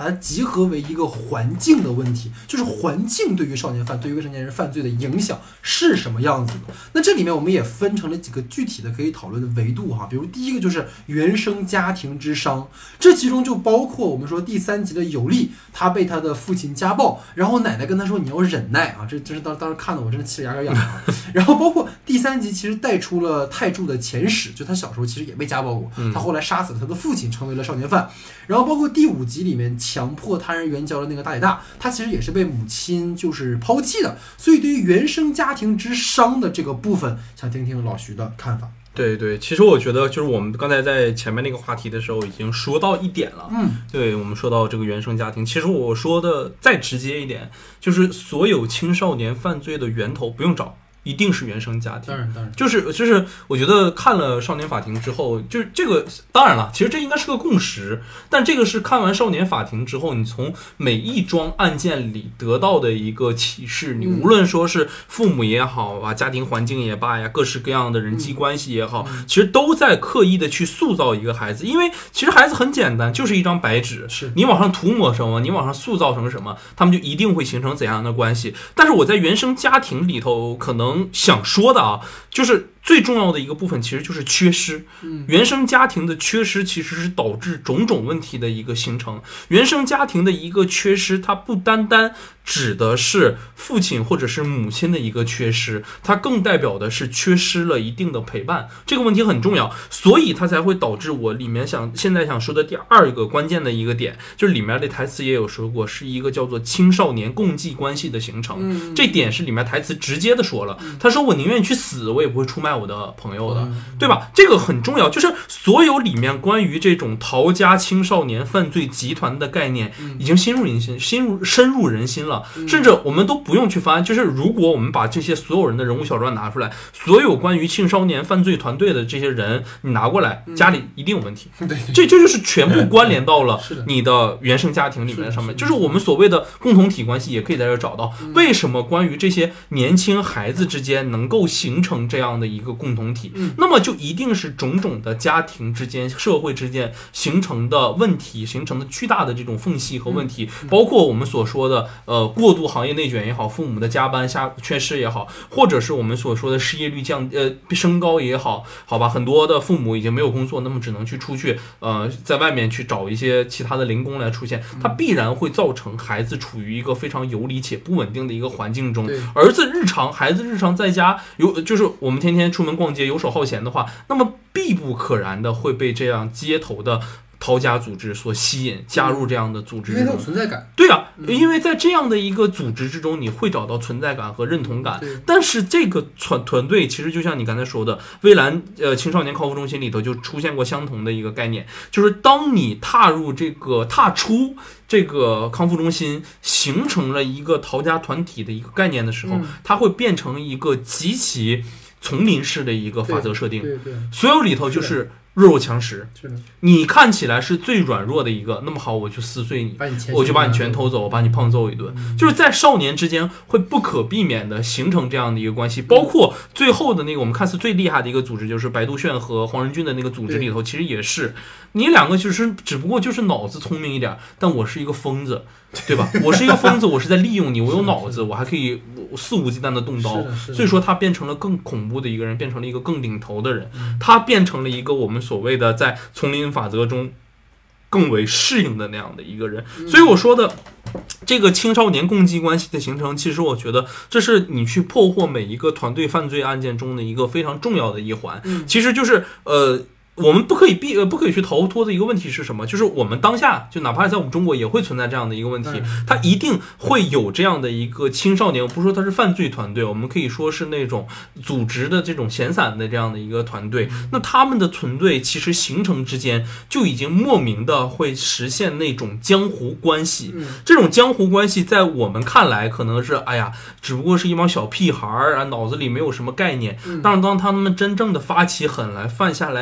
它集合为一个环境的问题，就是环境对于少年犯、对于未成年人犯罪的影响是什么样子的。那这里面我们也分成了几个具体的可以讨论的维度哈，比如第一个就是原生家庭之伤，这其中就包括我们说第3集的有利，他被他的父亲家暴，然后奶奶跟他说你要忍耐啊，这真是当时看的我真的气得牙根痒啊。然后包括第3集其实带出了泰柱的前史，就他小时候其实也被家暴过，他后来杀死了他的父亲，成为了少年犯。然后包括第5集里面强迫他人援交的那个大姐大，他其实也是被母亲就是抛弃的。所以对于原生家庭之伤的这个部分，想听听老徐的看法。 对对，其实我觉得就是我们刚才在前面那个话题的时候已经说到一点了。对，我们说到这个原生家庭，其实我说的再直接一点，就是所有青少年犯罪的源头不用找，一定是原生家庭。 当然， 就是我觉得看了少年法庭之后，就是这个当然了，其实这应该是个共识，但这个是看完少年法庭之后，你从每一桩案件里得到的一个启示。你无论说是父母也好啊，家庭环境也罢呀，各式各样的人际关系也好，其实都在刻意的去塑造一个孩子。因为其实孩子很简单，就是一张白纸， 是你往上涂抹什么，你往上塑造成什么，他们就一定会形成怎样的关系。但是我在原生家庭里头可能想说的啊，就是最重要的一个部分其实就是缺失。原生家庭的缺失其实是导致种种问题的一个形成。原生家庭的一个缺失，它不单单指的是父亲或者是母亲的一个缺失，它更代表的是缺失了一定的陪伴。这个问题很重要，所以它才会导致我里面现在想说的第2个关键的一个点，就是里面的台词也有说过，是一个叫做青少年共济关系的形成。这点是里面台词直接的说了，他说我宁愿去死，我也不会出卖我的朋友的，对吧？这个很重要，就是所有里面关于这种陶家青少年犯罪集团的概念已经深入人心了。甚至我们都不用去翻，就是如果我们把这些所有人的人物小传拿出来，所有关于青少年犯罪团队的这些人你拿过来，家里一定有问题。这就是全部关联到了你的原生家庭里面上面，就是我们所谓的共同体关系也可以在这找到。为什么关于这些年轻孩子之间能够形成这样的一个共同体，那么就一定是种种的家庭之间、社会之间形成的问题，形成的巨大的这种缝隙和问题，包括我们所说的过度行业内卷也好，父母的加班缺失也好，或者是我们所说的失业率升高也好，好吧，很多的父母已经没有工作，那么只能去出去在外面去找一些其他的零工来出现，它必然会造成孩子处于一个非常游离且不稳定的一个环境中。孩子日常在家就是我们天天出门逛街游手好闲的话，那么必不可然的会被这样街头的陶家组织所吸引，加入这样的组织之中， 因为它有存在感。 对啊，因为在这样的一个组织之中，你会找到存在感和认同感。但是这个团队其实就像你刚才说的，蔚蓝青少年康复中心里头就出现过相同的一个概念，就是当你踏出这个康复中心，形成了一个陶家团体的一个概念的时候，它会变成一个极其丛林式的一个法则设定。所有里头就是弱肉强食，你看起来是最软弱的一个，那么好，我就撕碎你，我就把你全偷走，我把你胖揍一顿。就是在少年之间会不可避免的形成这样的一个关系，包括最后的那个我们看似最厉害的一个组织，就是白杜炫和黄仁俊的那个组织里头，其实也是你两个就是只不过就是脑子聪明一点，但我是一个疯子，对吧？我是一个疯子，我是在利用你，我有脑子，我还可以肆无忌惮的动刀，所以说他变成了更恐怖的一个人，变成了一个更领头的人，他变成了一个我们所谓的在丛林法则中更为适应的那样的一个人。所以我说的这个青少年共济关系的形成，其实我觉得这是你去破获每一个团队犯罪案件中的一个非常重要的一环。其实就是我们不可以去逃脱的一个问题是什么？就是我们当下就哪怕在我们中国也会存在这样的一个问题，它一定会有这样的一个青少年，我不是说它是犯罪团队，我们可以说是那种组织的这种闲散的这样的一个团队。那他们的团队其实形成之间就已经莫名的会实现那种江湖关系。这种江湖关系在我们看来可能是只不过是一帮小屁孩啊，脑子里没有什么概念。但是当他们真正的发起狠来，犯下来恶性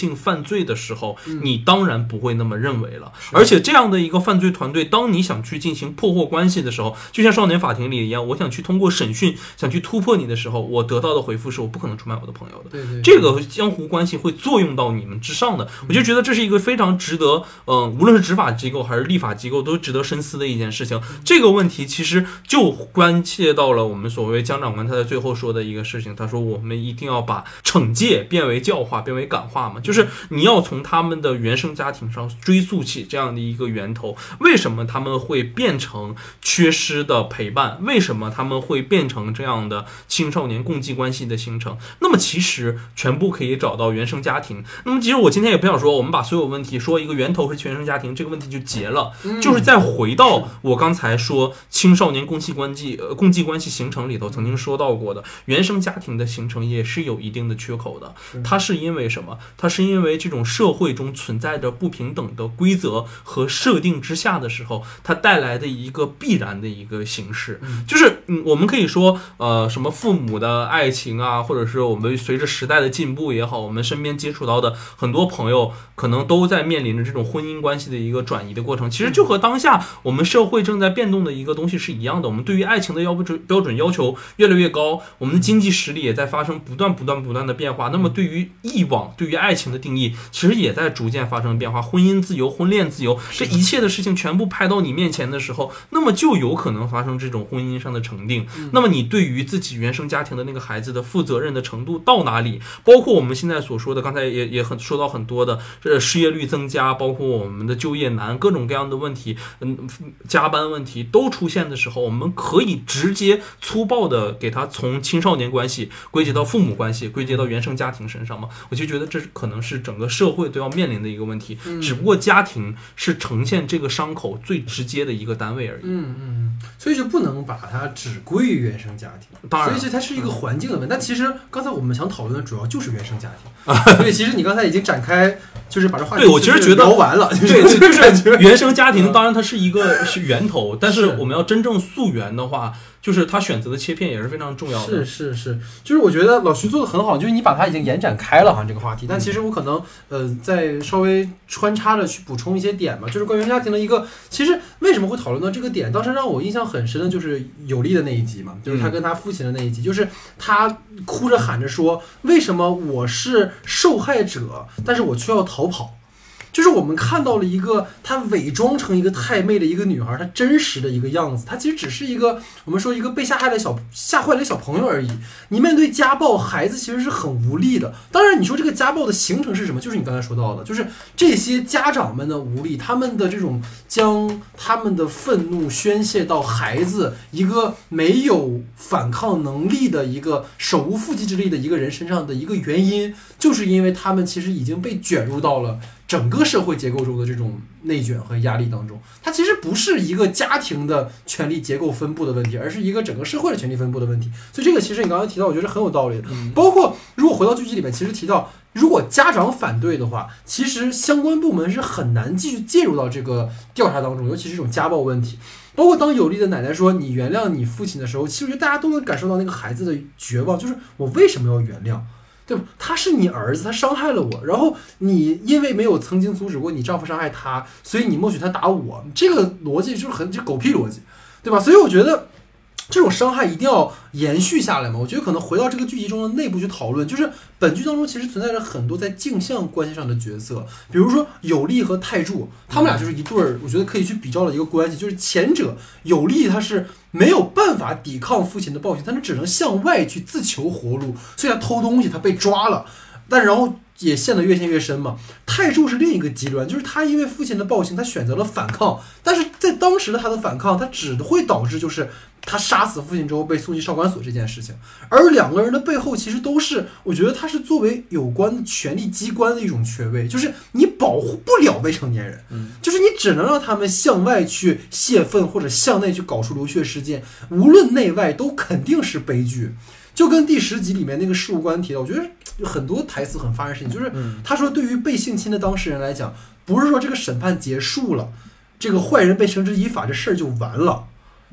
性犯罪的时候，你当然不会那么认为了。而且这样的一个犯罪团队，当你想去进行破获关系的时候，就像少年法庭里一样，我想去通过审讯想去突破你的时候，我得到的回复是我不可能出卖我的朋友的。 对， 这个江湖关系会作用到你们之上的，我就觉得这是一个非常值得无论是执法机构还是立法机构都值得深思的一件事情。这个问题其实就关切到了我们所谓江长官他在最后说的一个事情，他说我们一定要把惩戒变为教化，变为感化嘛，就是你要从他们的原生家庭上追溯起这样的一个源头，为什么他们会变成缺失的陪伴，为什么他们会变成这样的青少年共济关系的形成，那么其实全部可以找到原生家庭。那么其实我今天也不想说我们把所有问题说一个源头是原生家庭这个问题就结了，就是再回到我刚才说青少年共济关系形成里头曾经说到过的，原生家庭的形成也是有一定的缺口的。它是因为什么？它是因为这种社会中存在着不平等的规则和设定之下的时候，它带来的一个必然的一个形式，就是我们可以说什么父母的爱情啊，或者是我们随着时代的进步也好，我们身边接触到的很多朋友可能都在面临着这种婚姻关系的一个转移的过程，其实就和当下我们社会正在变动的一个东西是一样的。我们对于爱情的标准要求越来越高，我们的经济实力也在发生不断的变化，那么对于欲望对于爱情的定义其实也在逐渐发生变化，婚姻自由婚恋自由这一切的事情全部拍到你面前的时候，那么就有可能发生这种婚姻上的成定。那么你对于自己原生家庭的那个孩子的负责任的程度到哪里，包括我们现在所说的刚才也很说到很多的失业率增加，包括我们的就业难各种各样的问题，加班问题都出现的时候，我们可以直接粗暴的给他从青少年关系归结到父母关系，归结到原生家庭身上吗？我就觉得这可能是整个社会都要面临的一个问题，只不过家庭是呈现这个伤口最直接的一个单位而已。 所以就不能把它只归于原生家庭， 当然， 所以它是一个环境的问题。但其实刚才我们想讨论的主要就是原生家庭，所以其实你刚才已经展开，就是把这话题我其实觉得聊完了。 对，就是原生家庭，当然它是一个是源头，但是我们要真正溯源的话，就是他选择的切片也是非常重要的。 是，就是我觉得老徐做的很好，就是你把它已经延展开了哈这个话题。但其实我可能再稍微穿插着去补充一些点吧，就是关于原生家庭的一个，其实为什么会讨论到这个点？当时让我印象很深的就是有利的那一集嘛，就是他跟他父亲的那一集，就是他哭着喊着说，为什么我是受害者，但是我却要逃跑。就是我们看到了一个她伪装成一个太妹的一个女孩，她真实的一个样子，她其实只是一个我们说一个被吓坏的小朋友而已。你面对家暴，孩子其实是很无力的。当然，你说这个家暴的形成是什么？就是你刚才说到的，就是这些家长们的无力，他们的这种将他们的愤怒宣泄到孩子一个没有反抗能力的一个手无缚鸡之力的一个人身上的一个原因，就是因为他们其实已经被卷入到了整个社会结构中的这种内卷和压力当中。它其实不是一个家庭的权力结构分布的问题，而是一个整个社会的权力分布的问题。所以这个其实你刚才提到，我觉得很有道理的。包括如果回到剧集里面，其实提到如果家长反对的话，其实相关部门是很难继续介入到这个调查当中，尤其是这种家暴问题。包括当有利的奶奶说你原谅你父亲的时候，其实我觉得大家都能感受到那个孩子的绝望，就是我为什么要原谅？对吧？他是你儿子，他伤害了我，然后你因为没有曾经阻止过你丈夫伤害他，所以你默许他打我，这个逻辑就是就狗屁逻辑，对吧？所以我觉得这种伤害一定要延续下来嘛。我觉得可能回到这个剧集中的内部去讨论，就是本剧当中其实存在着很多在镜像关系上的角色，比如说有利和泰柱，他们俩就是一对儿，我觉得可以去比较的一个关系。就是前者有利他是没有办法抵抗父亲的暴行，他只能向外去自求活路，所以他偷东西，他被抓了，但然后也陷得越陷越深嘛。泰柱是另一个极端，就是他因为父亲的暴行，他选择了反抗，但是在当时的他的反抗，他只会导致就是他杀死父亲之后被送进少管所这件事情。而两个人的背后其实都是，我觉得他是作为有关的权力机关的一种缺位，就是你保护不了未成年人，就是你只能让他们向外去泄愤，或者向内去搞出流血事件，无论内外都肯定是悲剧。就跟第10集里面那个事务官提到，我觉得有很多台词很发人深省，就是他说对于被性侵的当事人来讲，不是说这个审判结束了，这个坏人被绳之以法这事儿就完了，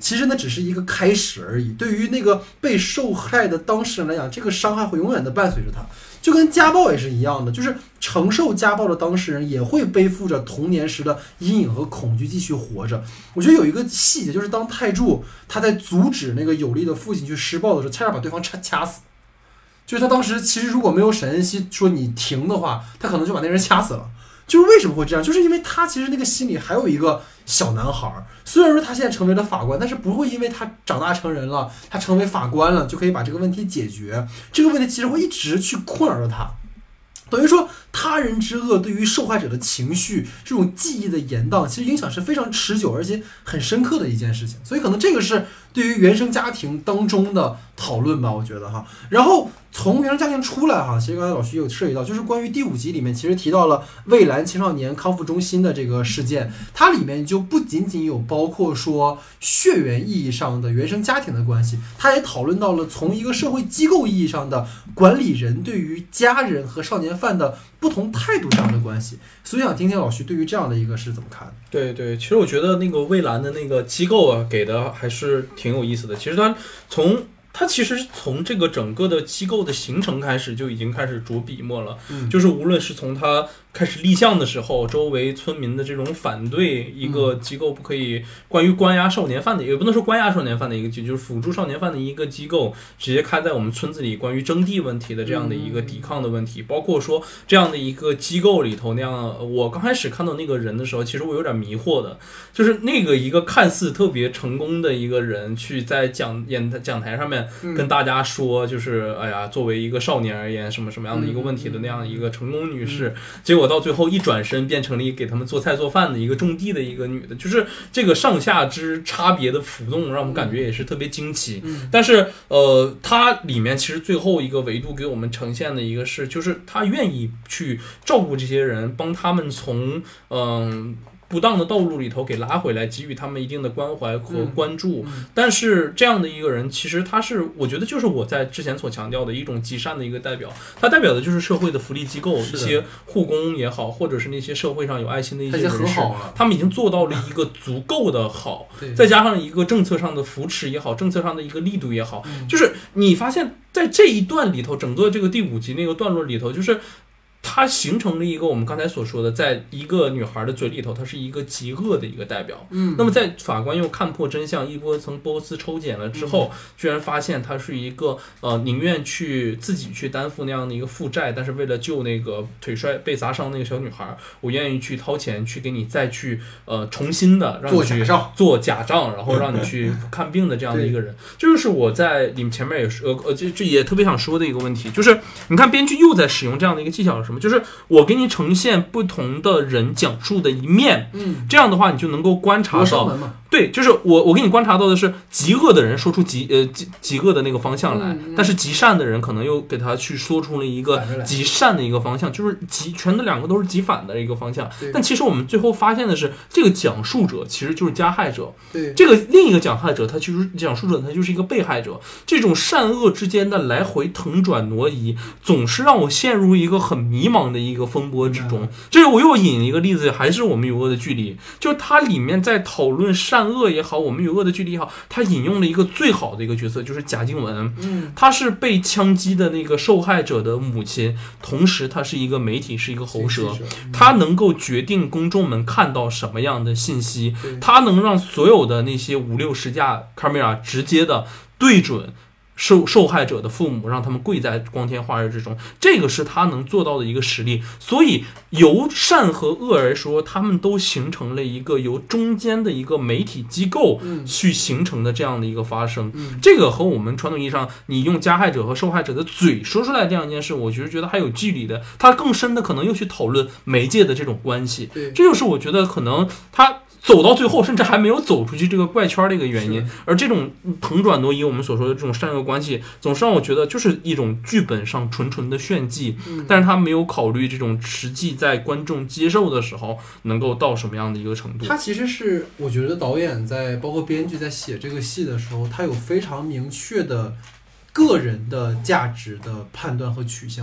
其实那只是一个开始而已。对于那个被受害的当事人来讲，这个伤害会永远的伴随着他，就跟家暴也是一样的，就是承受家暴的当事人也会背负着童年时的阴影和恐惧继续活着。我觉得有一个细节，就是当泰柱他在阻止那个有力的父亲去施暴的时候，差点把对方掐死。就是他当时其实如果没有沈恩熙说你停的话，他可能就把那人掐死了。就是为什么会这样，就是因为他其实那个心里还有一个小男孩，虽然说他现在成为了法官，但是不会因为他长大成人了，他成为法官了就可以把这个问题解决。这个问题其实会一直去困扰着他。等于说他人之恶对于受害者的情绪这种记忆的延宕，其实影响是非常持久而且很深刻的一件事情。所以可能这个是对于原生家庭当中的讨论吧，我觉得哈。然后从原生家庭出来哈，其实刚才老徐有涉及到，就是关于第5集里面其实提到了蔚蓝青少年康复中心的这个事件，它里面就不仅仅有包括说血缘意义上的原生家庭的关系，它也讨论到了从一个社会机构意义上的管理人对于家人和少年犯的不同态度上的关系。所以想听听老徐对于这样的一个是怎么看的？ 对对，其实我觉得那个蔚蓝的那个机构啊，给的还是挺有意思的。其实它其实从这个整个的机构的形成开始就已经开始着笔墨了，就是无论是从它开始立项的时候，周围村民的这种反对一个机构不可以关于关押少年犯的，也不能说关押少年犯的一个机构，就是辅助少年犯的一个机构，直接开在我们村子里关于征地问题的这样的一个抵抗的问题，包括说这样的一个机构里头那样，我刚开始看到那个人的时候，其实我有点迷惑的，就是那个一个看似特别成功的一个人去在讲台上面跟大家说，就是哎呀，作为一个少年而言，什么什么样的一个问题的那样一个成功女士，结果到最后一转身变成了一个给他们做菜做饭的一个种地的一个女的，就是这个上下之差别的浮动，让我们感觉也是特别惊奇。但是它里面其实最后一个维度给我们呈现的一个是，就是他愿意去照顾这些人，帮他们从不当的道路里头给拉回来，给予他们一定的关怀和关注。但是这样的一个人，其实他是，我觉得就是我在之前所强调的一种极善的一个代表，他代表的就是社会的福利机构，一些护工也好，或者是那些社会上有爱心的一些人士，他们已经做到了一个足够的好，再加上一个政策上的扶持也好，政策上的一个力度也好，就是你发现在这一段里头，整个这个第5集那个段落里头，就是它形成了一个我们刚才所说的，在一个女孩的嘴里头，它是一个极恶的一个代表。那么在法官又看破真相，一层波斯抽检了之后，居然发现她是一个宁愿去自己去担负那样的一个负债，但是为了救那个腿摔被砸伤那个小女孩，我愿意去掏钱去给你再去重新的让你去做假账，然后让你去看病的这样的一个人。这就是我在你们前面也这也特别想说的一个问题，就是你看编剧又在使用这样的一个技巧是什么？就是我给你呈现不同的人讲述的一面，这样的话你就能够观察到，对，就是我给你观察到的是极恶的人说出极恶的那个方向来，但是极善的人可能又给他去说出了一个极善的一个方向，就是全的两个都是极反的一个方向。但其实我们最后发现的是，这个讲述者其实就是加害者，对，这个另一个讲害者他其实讲述者他就是一个被害者。这种善恶之间的来回腾转挪移，总是让我陷入一个很迷茫的一个风波之中。这我又引一个例子，还是我们与恶的距离，就是它里面在讨论善恶也好，我们与恶的距离也好，他引用了一个最好的一个角色，就是贾静雯。她是被枪击的那个受害者的母亲，同时她是一个媒体，是一个喉舌，她能够决定公众们看到什么样的信息，她能让所有的那些5、60架 camera 直接的对准受害者的父母，让他们跪在光天化日之中，这个是他能做到的一个实力。所以由善和恶而说，他们都形成了一个由中间的一个媒体机构去形成的这样的一个发生。这个和我们传统意义上你用加害者和受害者的嘴说出来这样一件事，我觉得还有距离的，他更深的可能又去讨论媒介的这种关系。这就是我觉得可能他走到最后甚至还没有走出去这个怪圈的一个原因。而这种腾转挪移，我们所说的这种善恶关系，总是让我觉得就是一种剧本上纯的炫技，但是他没有考虑这种实际在观众接受的时候能够到什么样的一个程度。 他其实是我觉得导演在包括编剧在写这个戏的时候，他有非常明确的个人的价值的判断和取向。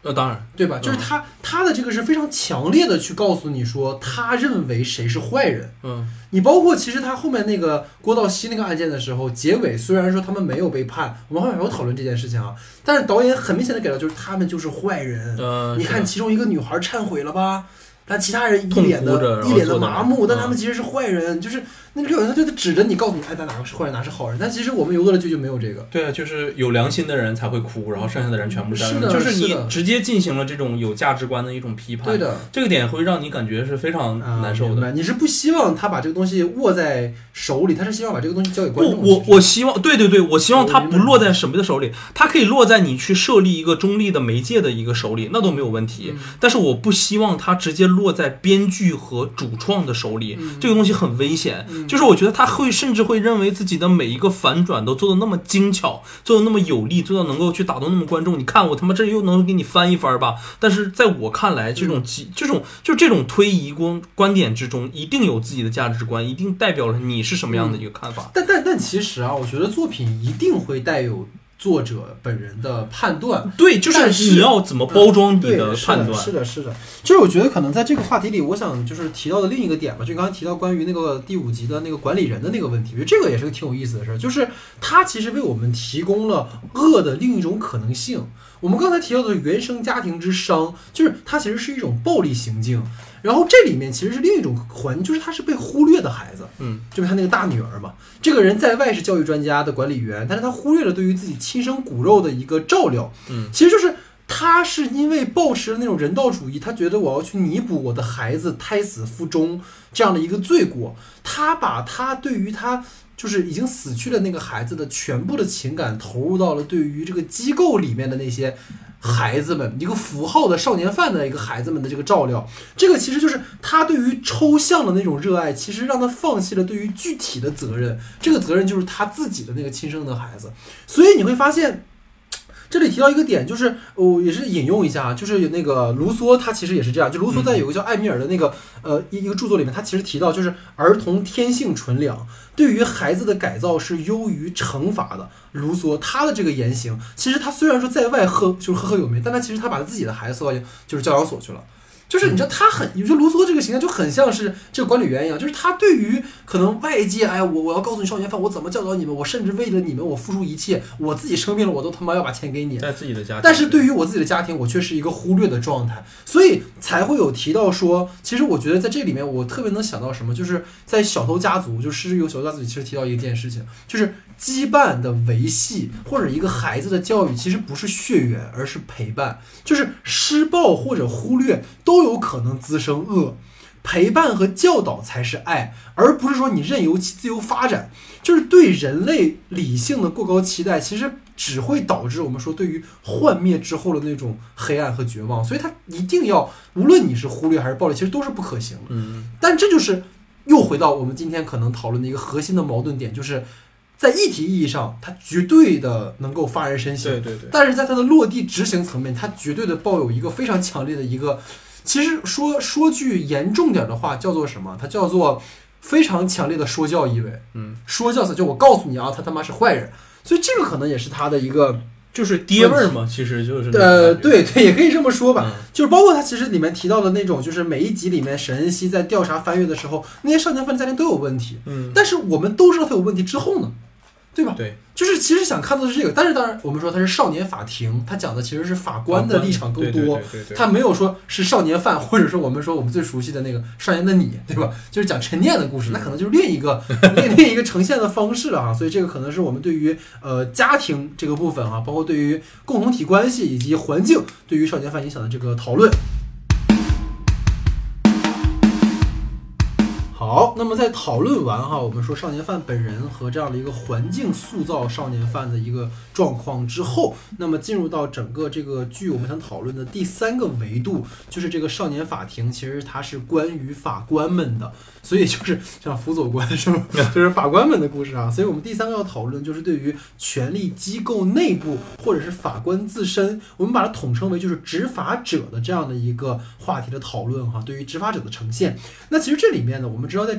当然， 对吧？就是他的这个是非常强烈的去告诉你说，他认为谁是坏人。你包括其实他后面那个郭道熙那个案件的时候，结尾虽然说他们没有被判，我们后面还有讨论这件事情啊，但是导演很明显的给到就是他们就是坏人。你看其中一个女孩忏悔了吧？但其他人一脸的麻木，但他们其实是坏人，就是那个他就指着你告诉你，哎，他哪个是坏人，哪是好人。但其实我们有恶的剧就没有这个。 对啊，就是有良心的人才会哭，然后剩下的人全部是的，就是你直接进行了这种有价值观的一种批判。 对的， 这个点会让你感觉是非常难受的。 你是不希望他把这个东西握在手里，他是希望把这个东西交给观众。 我希望，对，我希望他不落在什么的手里，他可以落在你去设立一个中立的媒介的一个手里，那都没有问题。但是我不希望他直接落在编剧和主创的手里，这个东西很危险。就是我觉得他甚至会认为自己的每一个反转都做得那么精巧，做得那么有力，做到能够去打动那么观众。你看我他妈这又能给你翻一番吧？但是在我看来，这种推移观点之中，一定有自己的价值观，一定代表了你是什么样的一个看法。 但其实啊，我觉得作品一定会带有作者本人的判断。 对，就是你要怎么包装你的判断。 是的，就是我觉得可能在这个话题里，我想就是提到的另一个点吧，就刚才提到关于那个第5集的那个管理人的那个问题，我觉得这个也是个挺有意思的事儿，就是他其实为我们提供了恶的另一种可能性。我们刚才提到的原生家庭之伤，就是它其实是一种暴力行径，然后这里面其实是另一种就是他是被忽略的孩子，就是他那个大女儿嘛。这个人在外是教育专家的管理员，但是他忽略了对于自己亲生骨肉的一个照料，其实就是他是因为抱持了那种人道主义，他觉得我要去弥补我的孩子胎死腹中这样的一个罪过，他把他对于他就是已经死去的那个孩子的全部的情感投入到了对于这个机构里面的那些孩子们，一个符号的少年犯的一个孩子们的这个照料。这个其实就是他对于抽象的那种热爱，其实让他放弃了对于具体的责任，这个责任就是他自己的那个亲生的孩子。所以你会发现这里提到一个点，就是我也是引用一下，就是有那个卢梭，他其实也是这样。就卢梭在有个叫艾米尔的那个一个著作里面，他其实提到，就是儿童天性纯良，对于孩子的改造是优于惩罚的。卢梭他的这个言行，其实他虽然说在外呵呵有名，但他其实他把自己的孩子送到就是教养所去了。就是你知道你说卢梭这个形象就很像是这个管理员一样，就是他对于可能外界，哎，我要告诉你少年犯我怎么教导你们，我甚至为了你们我付出一切，我自己生病了我都他妈要把钱给你， 在自己的家庭， 但是对于我自己的家庭，我却是一个忽略的状态，所以才会有提到说，其实我觉得在这里面我特别能想到什么，就是在小偷家族，就《失之愈合小偷家族》里其实提到一件事情，就是羁绊的维系或者一个孩子的教育，其实不是血缘，而是陪伴，就是施暴或者忽略都有可能滋生恶，陪伴和教导才是爱，而不是说你任由其自由发展。就是对人类理性的过高期待，其实只会导致我们说对于幻灭之后的那种黑暗和绝望。所以它一定要，无论你是忽略还是暴力，其实都是不可行的。但这就是又回到我们今天可能讨论的一个核心的矛盾点，就是在议题意义上，它绝对的能够发人深省， 对， 但是在它的落地执行层面，它绝对的抱有一个非常强烈的一个，其实说句严重点的话，叫做什么？它叫做非常强烈的说教意味。说教就我告诉你啊，他他妈是坏人，所以这个可能也是他的一个。 就是爹味儿嘛，其实就是对，也可以这么说吧。就是包括他其实里面提到的那种，就是每一集里面沈恩熙在调查翻阅的时候，那些少年犯的家庭都有问题。但是我们都知道他有问题之后呢，对吧？ 对， 就是其实想看到的是这个，但是当然我们说他是少年法庭，他讲的其实是法官的立场更多，他没有说是少年犯，或者说我们最熟悉的那个少年的你，对吧？就是讲陈念的故事，那可能就是另一个呈现的方式了啊。所以这个可能是我们对于家庭这个部分啊，包括对于共同体关系以及环境对于少年犯影响的这个讨论。好，那么在讨论完我们说少年犯本人和这样的一个环境塑造少年犯的一个状况之后，那么进入到整个这个剧我们想讨论的第3个维度，就是这个少年法庭，其实它是关于法官们的，所以就是像辅佐官是吗？就是法官们的故事啊。所以我们第3个要讨论就是对于权力机构内部或者是法官自身，我们把它统称为就是执法者的这样的一个话题的讨论对于执法者的呈现。那其实这里面呢，我们知道在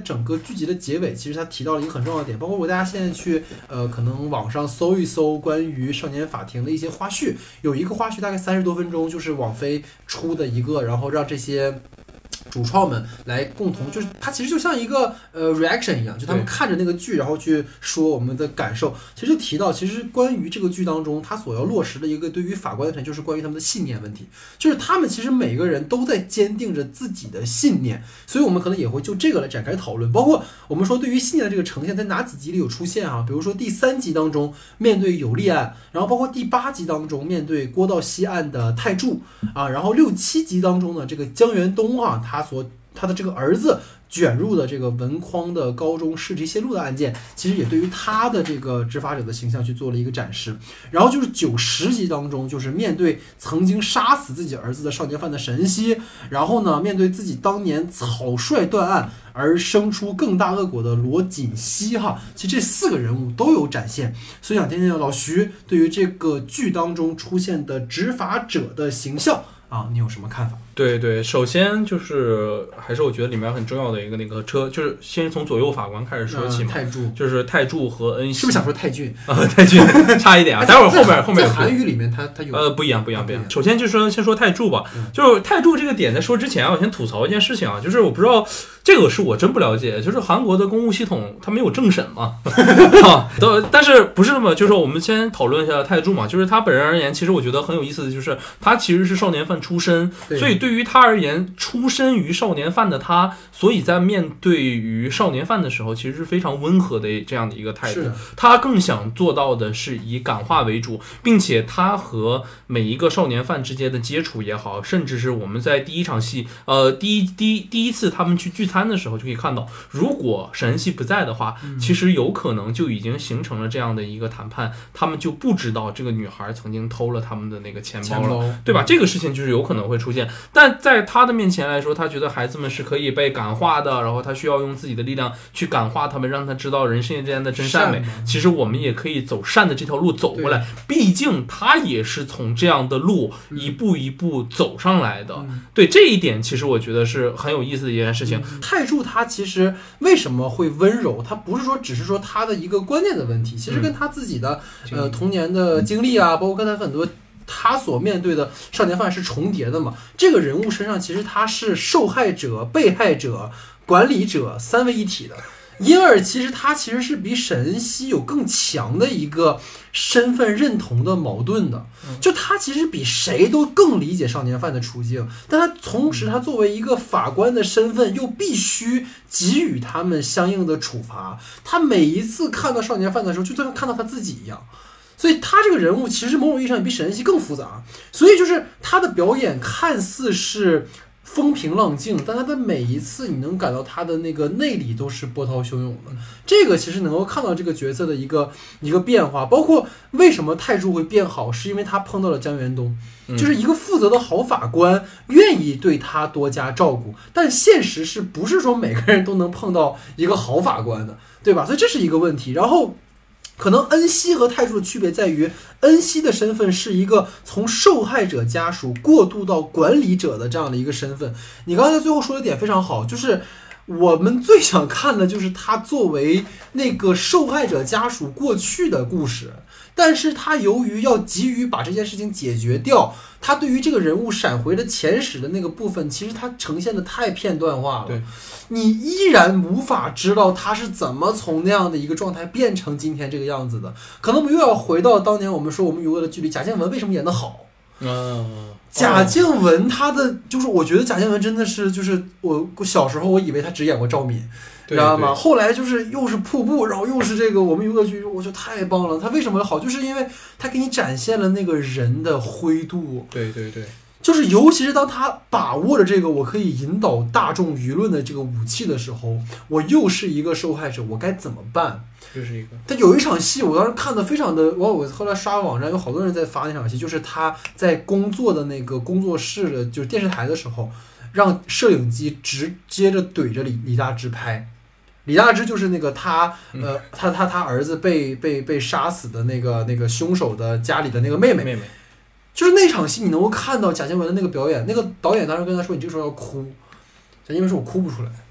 整个剧集的结尾，其实他提到了一个很重要的点，包括如果大家现在去可能网上搜一搜关于少年法庭的一些花絮，有一个花絮大概30多分钟，就是网飞出的一个，然后让这些主创们来共同，就是它其实就像一个reaction 一样，就他们看着那个剧，然后去说我们的感受。其实就提到，其实关于这个剧当中，他所要落实的一个对于法官的程序，就是关于他们的信念问题，就是他们其实每个人都在坚定着自己的信念，所以我们可能也会就这个来展开讨论。包括我们说对于信念的这个呈现，在哪几集里有出现啊？比如说第3集当中面对有利案，然后包括第8集当中面对郭道西案的泰柱啊，然后6、7集当中呢，这个江原东啊，他的这个儿子卷入的这个文匡的高中试题泄露的案件，其实也对于他的这个执法者的形象去做了一个展示。然后就是9、10集当中，就是面对曾经杀死自己儿子的少年犯的神熙，然后呢，面对自己当年草率断案而生出更大恶果的罗锦熙哈，其实这4个人物都有展现。所以想听听老徐对于这个剧当中出现的执法者的形象啊，你有什么看法？ 对，首先就是还是我觉得里面很重要的一个那个就是先从左右法官开始说起嘛， 泰柱就是泰柱和恩熙， 是不是想说泰俊泰俊差一点啊，待会儿后面在韩语里面他有不一样。首先就是先说泰柱吧，就是泰柱这个点在说之前啊，我先吐槽一件事情啊，就是我不知道这个是我真不了解，就是韩国的公务系统它没有政审嘛但是不是那么，就是我们先讨论一下泰柱嘛，就是他本人而言，其实我觉得很有意思的就是他其实是少年犯出身，所以对于他而言，出身于少年犯的他，所以在面对于少年犯的时候，其实是非常温和的这样的一个态度。他更想做到的是以感化为主，并且他和每一个少年犯之间的接触也好，甚至是我们在第一场戏，第一次他们去聚餐的时候就可以看到，如果沈恩熙不在的话，其实有可能就已经形成了这样的一个谈判，他们就不知道这个女孩曾经偷了他们的那个钱包了，对吧？这个事情就是有可能会出现，但在他的面前来说，他觉得孩子们是可以被感化的，然后他需要用自己的力量去感化他们，让他知道人世间的真善美。其实我们也可以走善的这条路走过来，毕竟他也是从这样的路一步一步走上来的。对这一点，其实我觉得是很有意思的一件事情。 泰柱他其实为什么会温柔？他不是说只是说他的一个观念的问题，其实跟他自己的童年的经历啊，包括刚才很多他所面对的少年犯是重叠的嘛。这个人物身上其实他是受害者、被害者、管理者3位一体的，因而其实他其实是比沈恩熙有更强的一个身份认同的矛盾的，就他其实比谁都更理解少年犯的处境，但他同时他作为一个法官的身份又必须给予他们相应的处罚，他每一次看到少年犯的时候就像看到他自己一样，所以他这个人物其实某种意义上比沈恩熙更复杂，所以就是他的表演看似是风平浪静，但他的每一次你能感到他的那个内里都是波涛汹涌的，这个其实能够看到这个角色的一个变化。包括为什么泰柱会变好，是因为他碰到了江原东，就是一个负责的好法官愿意对他多加照顾，但现实是不是说每个人都能碰到一个好法官的，对吧？所以这是一个问题。然后可能恩熙和泰柱的区别在于，恩熙的身份是一个从受害者家属过渡到管理者的这样的一个身份。你刚才最后说的点非常好，就是我们最想看的就是他作为那个受害者家属过去的故事，但是他由于要急于把这件事情解决掉，他对于这个人物闪回的前史的那个部分，其实他呈现的太片段化了， 对， 你依然无法知道他是怎么从那样的一个状态变成今天这个样子的。可能我们又要回到当年我们说我们娱乐的距离，贾静雯为什么演得好？贾静雯她的就是我觉得贾静雯真的是就是我小时候我以为她只演过赵敏，知道吗？后来就是又是瀑布，然后又是这个我们娱乐剧，我觉得太棒了。她为什么好？就是因为她给你展现了那个人的灰度。 对， 就是尤其是当他把握着这个我可以引导大众舆论的这个武器的时候，我又是一个受害者，我该怎么办？ 就是一个他有一场戏我当时看的非常的，我后来刷网站有好多人在发那场戏，就是他在工作的那个工作室的就是电视台的时候，让摄影机直接着怼着李大芝拍。李大芝就是那个他儿子被杀死的那个凶手的家里的那个妹妹。就是那场戏你能够看到贾静雯的那个表演，那个导演当时跟他说你这个时候要哭，贾静雯说我哭不出来，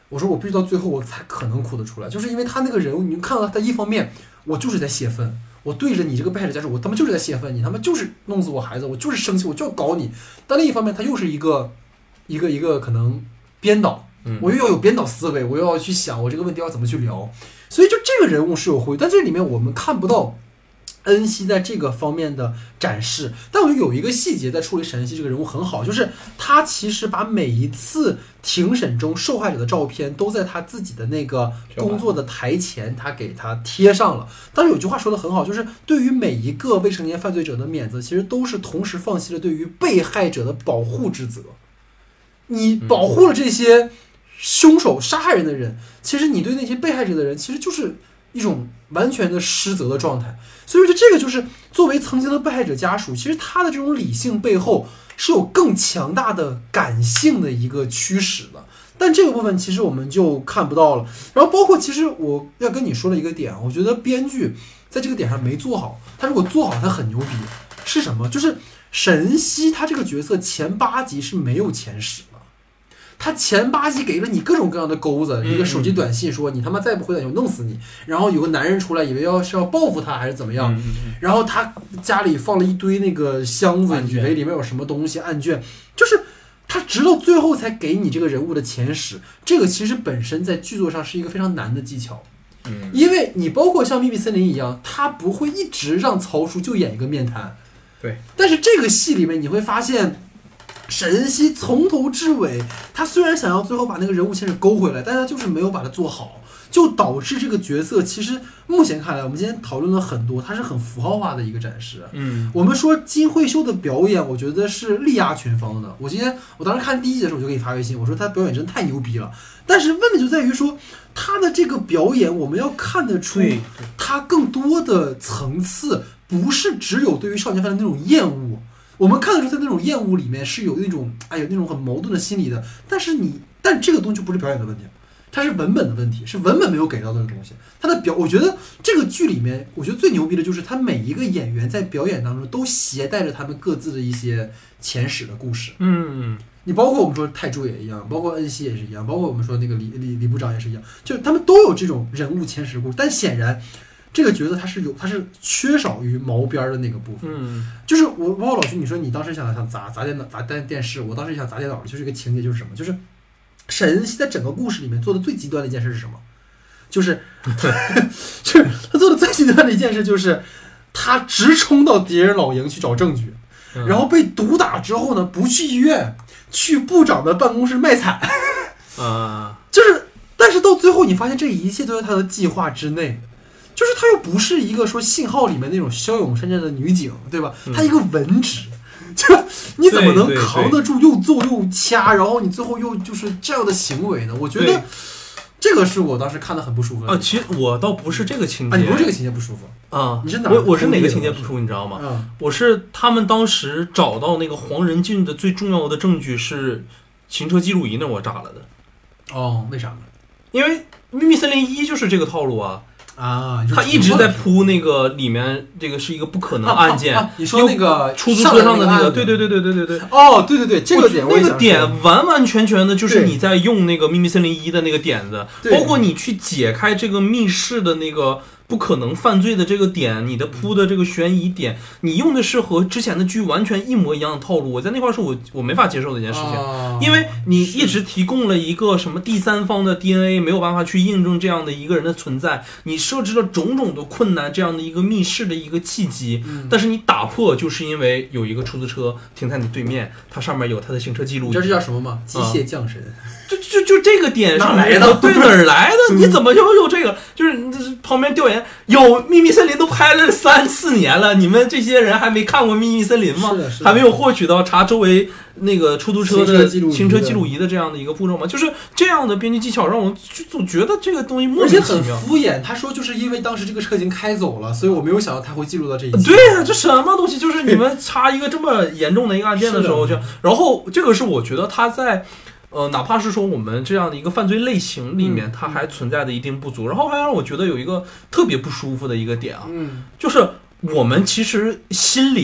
我说我必须到最后我才可能哭得出来，就是因为他那个人物，你看到他一方面我就是在泄愤，我对着你这个被害者家属，我他妈就是在泄愤，你他妈就是弄死我孩子，我就是生气，我就要搞你。但另一方面，他又是一个可能编导，我又要有编导思维，我又要去想我这个问题要怎么去聊，所以就这个人物是有回，但这里面我们看不到恩熙在这个方面的展示。但我觉得有一个细节在处理沈恩熙这个人物很好，就是他其实把每一次庭审中受害者的照片都在他自己的那个工作的台前，他给他贴上了。但是有句话说的很好，就是对于每一个未成年犯罪者的免责，其实都是同时放弃了对于被害者的保护之责。你保护了这些凶手杀害人的人，其实你对那些被害者的人其实就是一种完全的失责的状态。所以说这个就是作为曾经的被害者家属，其实他的这种理性背后是有更强大的感性的一个驱使的，但这个部分其实我们就看不到了。然后包括其实我要跟你说的一个点，我觉得编剧在这个点上没做好，他如果做好他很牛逼。是什么？就是沈恩熙他这个角色前8集是没有前史的，他前8集给了你各种各样的钩子，一个手机短信说你他妈再不回来就弄死你，然后有个男人出来以为是要报复他还是怎么样，然后他家里放了一堆那个箱子，以为里面有什么东西案卷，就是他直到最后才给你这个人物的前史。这个其实本身在剧作上是一个非常难的技巧，因为你包括像秘密森林一样，他不会一直让曹叔就演一个面瘫， 对， 但是这个戏里面你会发现沈恩熙从头至尾，他虽然想要最后把那个人物前史勾回来，但他就是没有把它做好，就导致这个角色其实目前看来，我们今天讨论了很多，它是很符号化的一个展示。我们说金惠秀的表演，我觉得是力压群芳的。我当时看第1集的时候，我就给你发微信，我说他表演真的太牛逼了。但是问题就在于说，他的这个表演，我们要看得出他更多的层次，不是只有对于少年犯的那种厌恶。我们看得出他那种厌恶里面是有那种那种很矛盾的心理的，但这个东西就不是表演的问题，它是文本的问题，是文本没有给到那个东西。我觉得这个剧里面，我觉得最牛逼的就是他每一个演员在表演当中都携带着他们各自的一些前史的故事。你包括我们说泰铢也一样，包括恩熙也是一样，包括我们说那个李部长也是一样，就他们都有这种人物前史故事，但显然。这个角色他是缺少于毛边的那个部分，就是包括老徐，你说你当时想砸电视，我当时想砸电脑，就是一个情节就是什么，就是沈恩熙在整个故事里面做的最极端的一件事是什么？就是他做的最极端的一件事就是他直冲到敌人老营去找证据，然后被毒打之后呢，不去医院，去部长的办公室卖惨，但是到最后你发现这一切都在他的计划之内。就是他又不是一个说信号里面那种骁勇善战的女警，对吧？他一个文职，就你怎么能扛得住又揍又掐，然后你最后又就是这样的行为呢？我觉得这个是我当时看得很不舒服的。 其实我倒不是这个情节， 你不是这个情节不舒服你是哪？ 我是哪个情节不舒服？你知道吗？我是他们当时找到那个黄仁俊的最重要的证据是行车记录仪，那我炸了的。 为啥呢？ 因为秘密森林1就是这个套路啊。 他一直在铺那个里面，这个是一个不可能案件。 你说那个出租车上的那个，对。 对，这个点那个点完完全全的就是你在用那个秘密森林1的那个点子，包括你去解开这个密室的那个不可能犯罪的这个点，你的铺的这个悬疑点，你用的是和之前的剧完全一模一样的套路。我在那块是我没法接受的一件事情，因为你一直提供了一个什么第三方的 DNA 没有办法去印证这样的一个人的存在，你设置了种种的困难，这样的一个密室的一个契机，但是你打破就是因为有一个出租车停在你对面，它上面有它的行车记录仪。 你知道这叫什么吗？机械降神。 就这个点哪来的？ 对，哪儿来的？你怎么就有这个？就是旁边调研有秘密森林都拍了3-4年了，你们这些人还没看过秘密森林吗？还没有获取到查周围那个出租车的行车记录仪的这样的一个步骤吗？就是这样的编辑技巧让我总觉得这个东西莫名其妙， 而且很敷衍。他说就是因为当时这个车已经开走了，所以我没有想到他会记录到这一集。 对这什么东西？就是你们查一个这么严重的一个案件的时候，然后这个是我觉得他在。哪怕是说我们这样的一个犯罪类型里面，它还存在的一定不足，然后还让我觉得有一个特别不舒服的一个点就是我们其实心里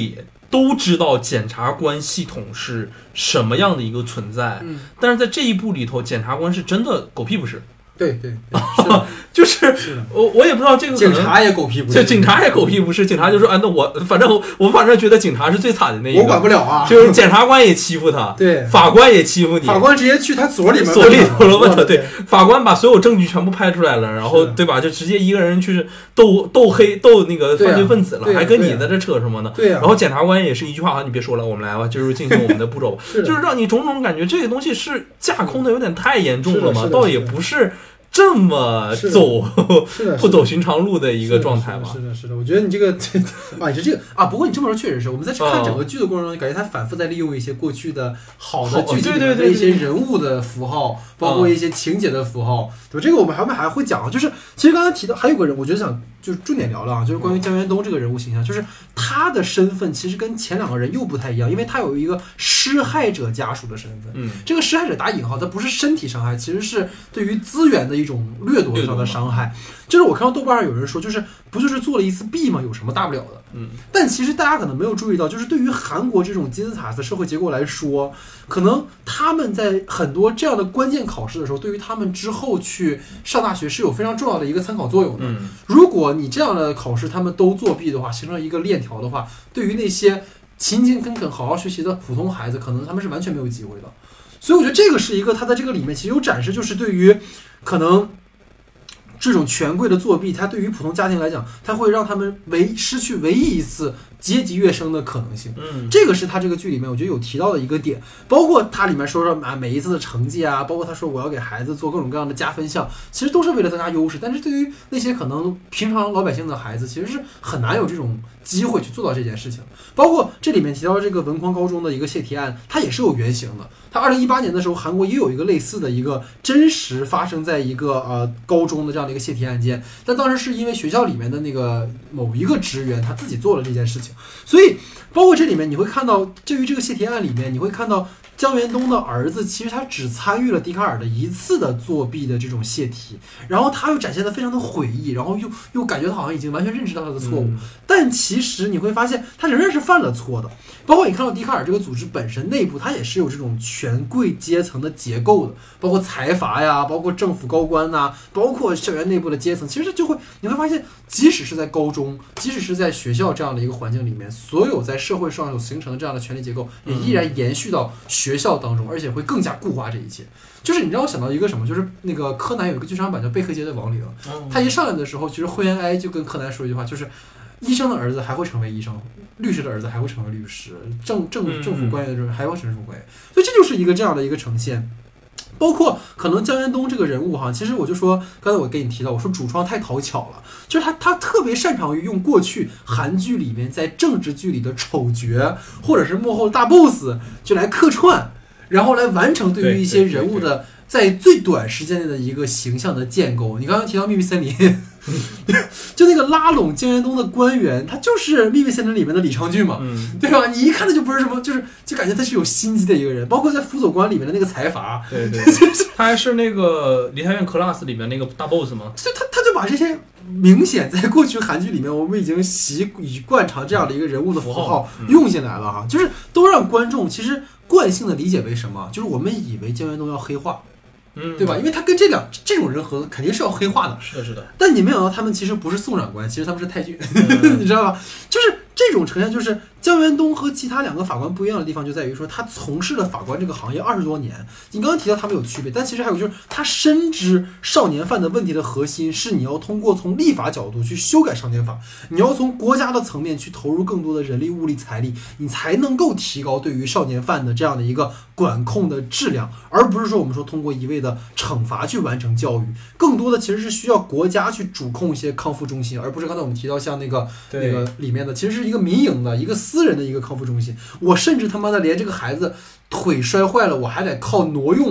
都知道检察官系统是什么样的一个存在，但是在这一部里头，检察官是真的狗屁不是。 对，是的就是我也不知道这个警察也狗屁不是， 警察也狗屁不是，警察就说那我反正觉得警察是最惨的那一个， 我管不了啊， 就是检察官也欺负他， 对， 法官也欺负你， 法官直接去他所里头了问他，对，法官把所有证据全部拍出来了，然后对吧，就直接一个人去斗那个犯罪分子了，还跟你在这扯什么呢？ 对然后检察官也是一句话，你别说了，我们来吧，就是进行我们的步骤吧，就是让你种种感觉这个东西是架空的有点太严重了嘛，倒也不是这么不走寻常路的一个状态嘛。 是的，我觉得你这个你是这个啊。不过你这么说确实是，我们在看整个剧的过程中，感觉他反复在利用一些过去的好的剧情里面的一些人物的符号，包括一些情节的符号，对吧？这个我们还会讲，就是其实刚才提到还有个人，我觉得想就是重点聊聊啊，就是关于江原东这个人物形象，就是他的身份其实跟前两个人又不太一样，因为他有一个施害者家属的身份。这个施害者打引号，他不是身体伤害，其实是对于资源的一种掠夺上的伤害。就是我看到豆瓣上有人说，就是不就是做了一次弊吗？有什么大不了的？但其实大家可能没有注意到，就是对于韩国这种金字塔的社会结构来说，可能他们在很多这样的关键考试的时候，对于他们之后去上大学是有非常重要的一个参考作用的。如果你这样的考试他们都作弊的话，形成一个链条的话，对于那些勤勤恳恳好好学习的普通孩子，可能他们是完全没有机会的。所以我觉得这个是一个他在这个里面其实有展示，就是对于可能这种权贵的作弊，它对于普通家庭来讲，它会让他们失去唯一一次阶级跃升的可能性。这个是他这个剧里面我觉得有提到的一个点，包括他里面说每一次的成绩啊，包括他说我要给孩子做各种各样的加分项，其实都是为了增加优势。但是对于那些可能平常老百姓的孩子，其实是很难有这种机会去做到这件事情。包括这里面提到这个文匡高中的一个泄题案，它也是有原型的。它2018年的时候，韩国也有一个类似的一个真实发生在一个高中的这样的一个泄题案件，但当时是因为学校里面的那个某一个职员他自己做了这件事情，所以包括这里面你会看到，对于这个泄题案里面，你会看到江原东的儿子其实他只参与了笛卡尔的一次的作弊的这种泄题，然后他又展现得非常的悔意，然后又感觉他好像已经完全认识到他的错误，但其实你会发现他仍然是犯了错的。包括你看到笛卡尔这个组织本身内部，它也是有这种权贵阶层的结构的，包括财阀呀，包括政府高官呐，包括校园内部的阶层，其实你会发现，即使是在高中，即使是在学校这样的一个环境里面，所有在社会上有形成的这样的权力结构，也依然延续到学校当中，而且会更加固化这一切。就是你让我想到一个什么，就是那个柯南有一个剧场版叫《贝克街的亡灵》，他一上来的时候，其实灰原哀就跟柯南说一句话，就是医生的儿子还会成为医生，律师的儿子还会成为律师，政府官员的人还会成为政府官员，所以这就是一个这样的一个呈现。包括可能江原东这个人物哈，其实我就说，刚才我跟你提到，我说主创太讨巧了，就是他特别擅长于用过去韩剧里面在政治剧里的丑角或者是幕后大 boss 就来客串，然后来完成对于一些人物的在最短时间内的一个形象的建构。你刚刚提到秘密森林就那个拉拢江原东的官员，他就是秘密森林里面的李昌俊嘛，对吧？你一看他就不是什么，就感觉他是有心机的一个人。包括在辅佐官里面的那个财阀， 对他还是那个梨泰院 class 里面那个大 boss 吗？ 他就把这些明显在过去韩剧里面我们已经习以惯常这样的一个人物的符号用进来了哈，就是都让观众其实惯性的理解为什么，就是我们以为江原东要黑化。对吧？因为他跟这种人合作肯定是要黑化的， 是的。 但你没想到他们其实不是宋长官，其实他们是太君，你知道吧？就是这种呈现，就是江原东和其他两个法官不一样的地方就在于说，他从事了法官这个行业20多年。你刚刚提到他们有区别，但其实还有就是他深知少年犯的问题的核心是你要通过从立法角度去修改少年法，你要从国家的层面去投入更多的人力物力财力，你才能够提高对于少年犯的这样的一个管控的质量，而不是说我们说通过一味的惩罚去完成教育，更多的其实是需要国家去主控一些康复中心，而不是刚才我们提到像那个里面的，其实是一个民营的一个私人的一个康复中心。我甚至他妈的连这个孩子腿摔坏了，我还得靠挪用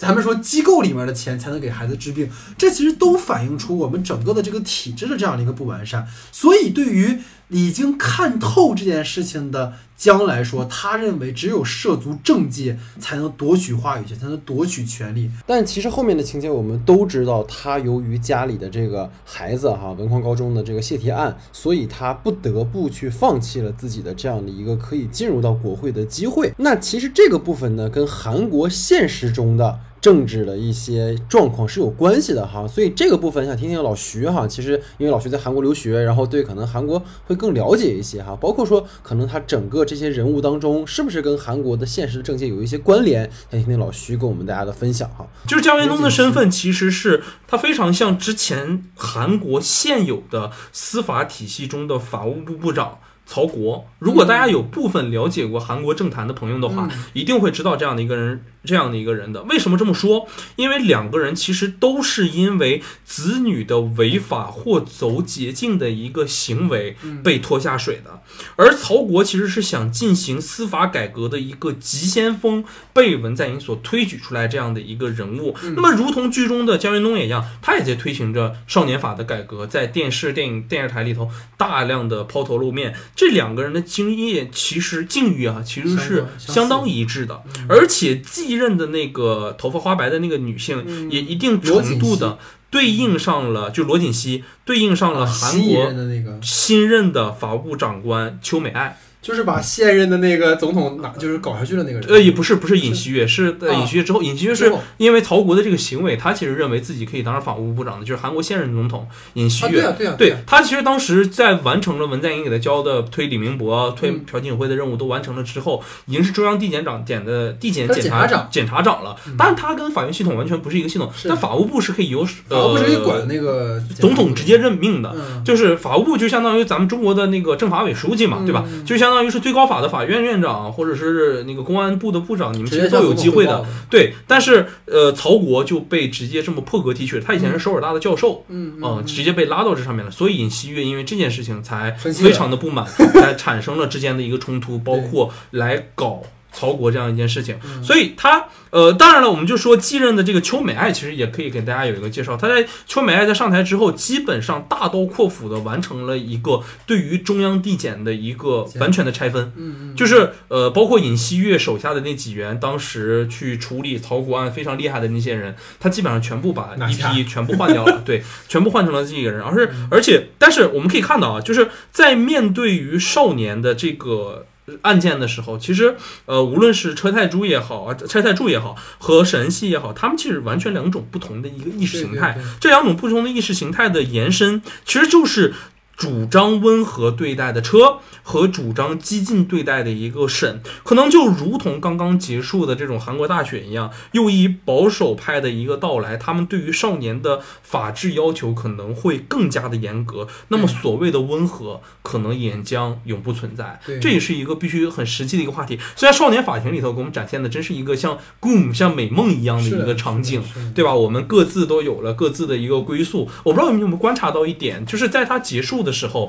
咱们说机构里面的钱才能给孩子治病，这其实都反映出我们整个的这个体制的这样的一个不完善。所以对于已经看透这件事情的江来说，他认为只有涉足政界才能夺取话语权，才能夺取权利。但其实后面的情节我们都知道，他由于家里的这个孩子文矿高中的这个泄题案，所以他不得不去放弃了自己的这样的一个可以进入到国会的机会。那其实这个部分呢，跟韩国现实中的政治的一些状况是有关系的所以这个部分想听听老徐其实因为老徐在韩国留学，然后对可能韩国会更了解一些包括说可能他整个这些人物当中是不是跟韩国的现实政界有一些关联，想听听老徐跟我们大家的分享就是姜元东的身份其实是他非常像之前韩国现有的司法体系中的法务部部长曹国。如果大家有部分了解过韩国政坛的朋友的话，一定会知道这样的一个人的。为什么这么说？因为两个人其实都是因为子女的违法或走捷径的一个行为被拖下水的。而曹国其实是想进行司法改革的一个急先锋，被文在寅所推举出来这样的一个人物。那么如同剧中的姜元东也一样，他也在推行着少年法的改革，在电视、电影、电视台里头大量的抛头露面。这两个人的境遇其实是相当一致的，而且继任的那个头发花白的那个女性也一定程度的对应上了，就罗锦熙对应上了韩国新任的法务部长官邱美爱。 就是把现任的那个总统就是搞下去的那个人。 也不是尹锡悦，是尹锡悦之后，尹锡悦是因为曹国的这个行为，他其实认为自己可以当上法务部长的，就是韩国现任总统尹锡悦。对，他其实当时在完成了文在寅给他交的推李明博、推朴槿惠的任务都完成了之后，已经是中央地检检察长了。当然，他跟法院系统完全不是一个系统，但法务部是可以由法务部是可以管那个总统直接任命的，就是法务部就相当于咱们中国的那个政法委书记嘛，对吧？就相当于是最高法的法院院长，或者是那个公安部的部长，你们其实都有机会的。对，但是曹国就被直接这么破格提取，他以前是首尔大的教授，直接被拉到这上面了。所以尹锡悦因为这件事情才非常的不满，才产生了之间的一个冲突，包括来搞曹国这样一件事情。所以他当然了，我们就说继任的这个邱美爱其实也可以给大家有一个介绍。他在邱美爱在上台之后，基本上大刀阔斧的完成了一个对于中央地检的一个完全的拆分。就是包括尹锡悦手下的那几员，当时去处理曹国案非常厉害的那些人，他基本上全部把一批全部换掉了，对，全部换成了这个人。但是我们可以看到就是在面对于少年的这个案件的时候，其实无论是车太柱也好和沈恩熙也好，他们其实完全两种不同的一个意识形态。这两种不同的意识形态的延伸，其实就是主张温和对待的车和主张激进对待的一个沈，可能就如同刚刚结束的这种韩国大选一样，又以保守派的一个到来，他们对于少年的法治要求可能会更加的严格，那么所谓的温和可能也将永不存在。这也是一个必须很实际的一个话题。虽然少年法庭里头给我们展现的真是一个像 Goom 像美梦一样的一个场景，对吧？我们各自都有了各自的一个归宿。我不知道你有没有观察到一点，就是在他结束的时候，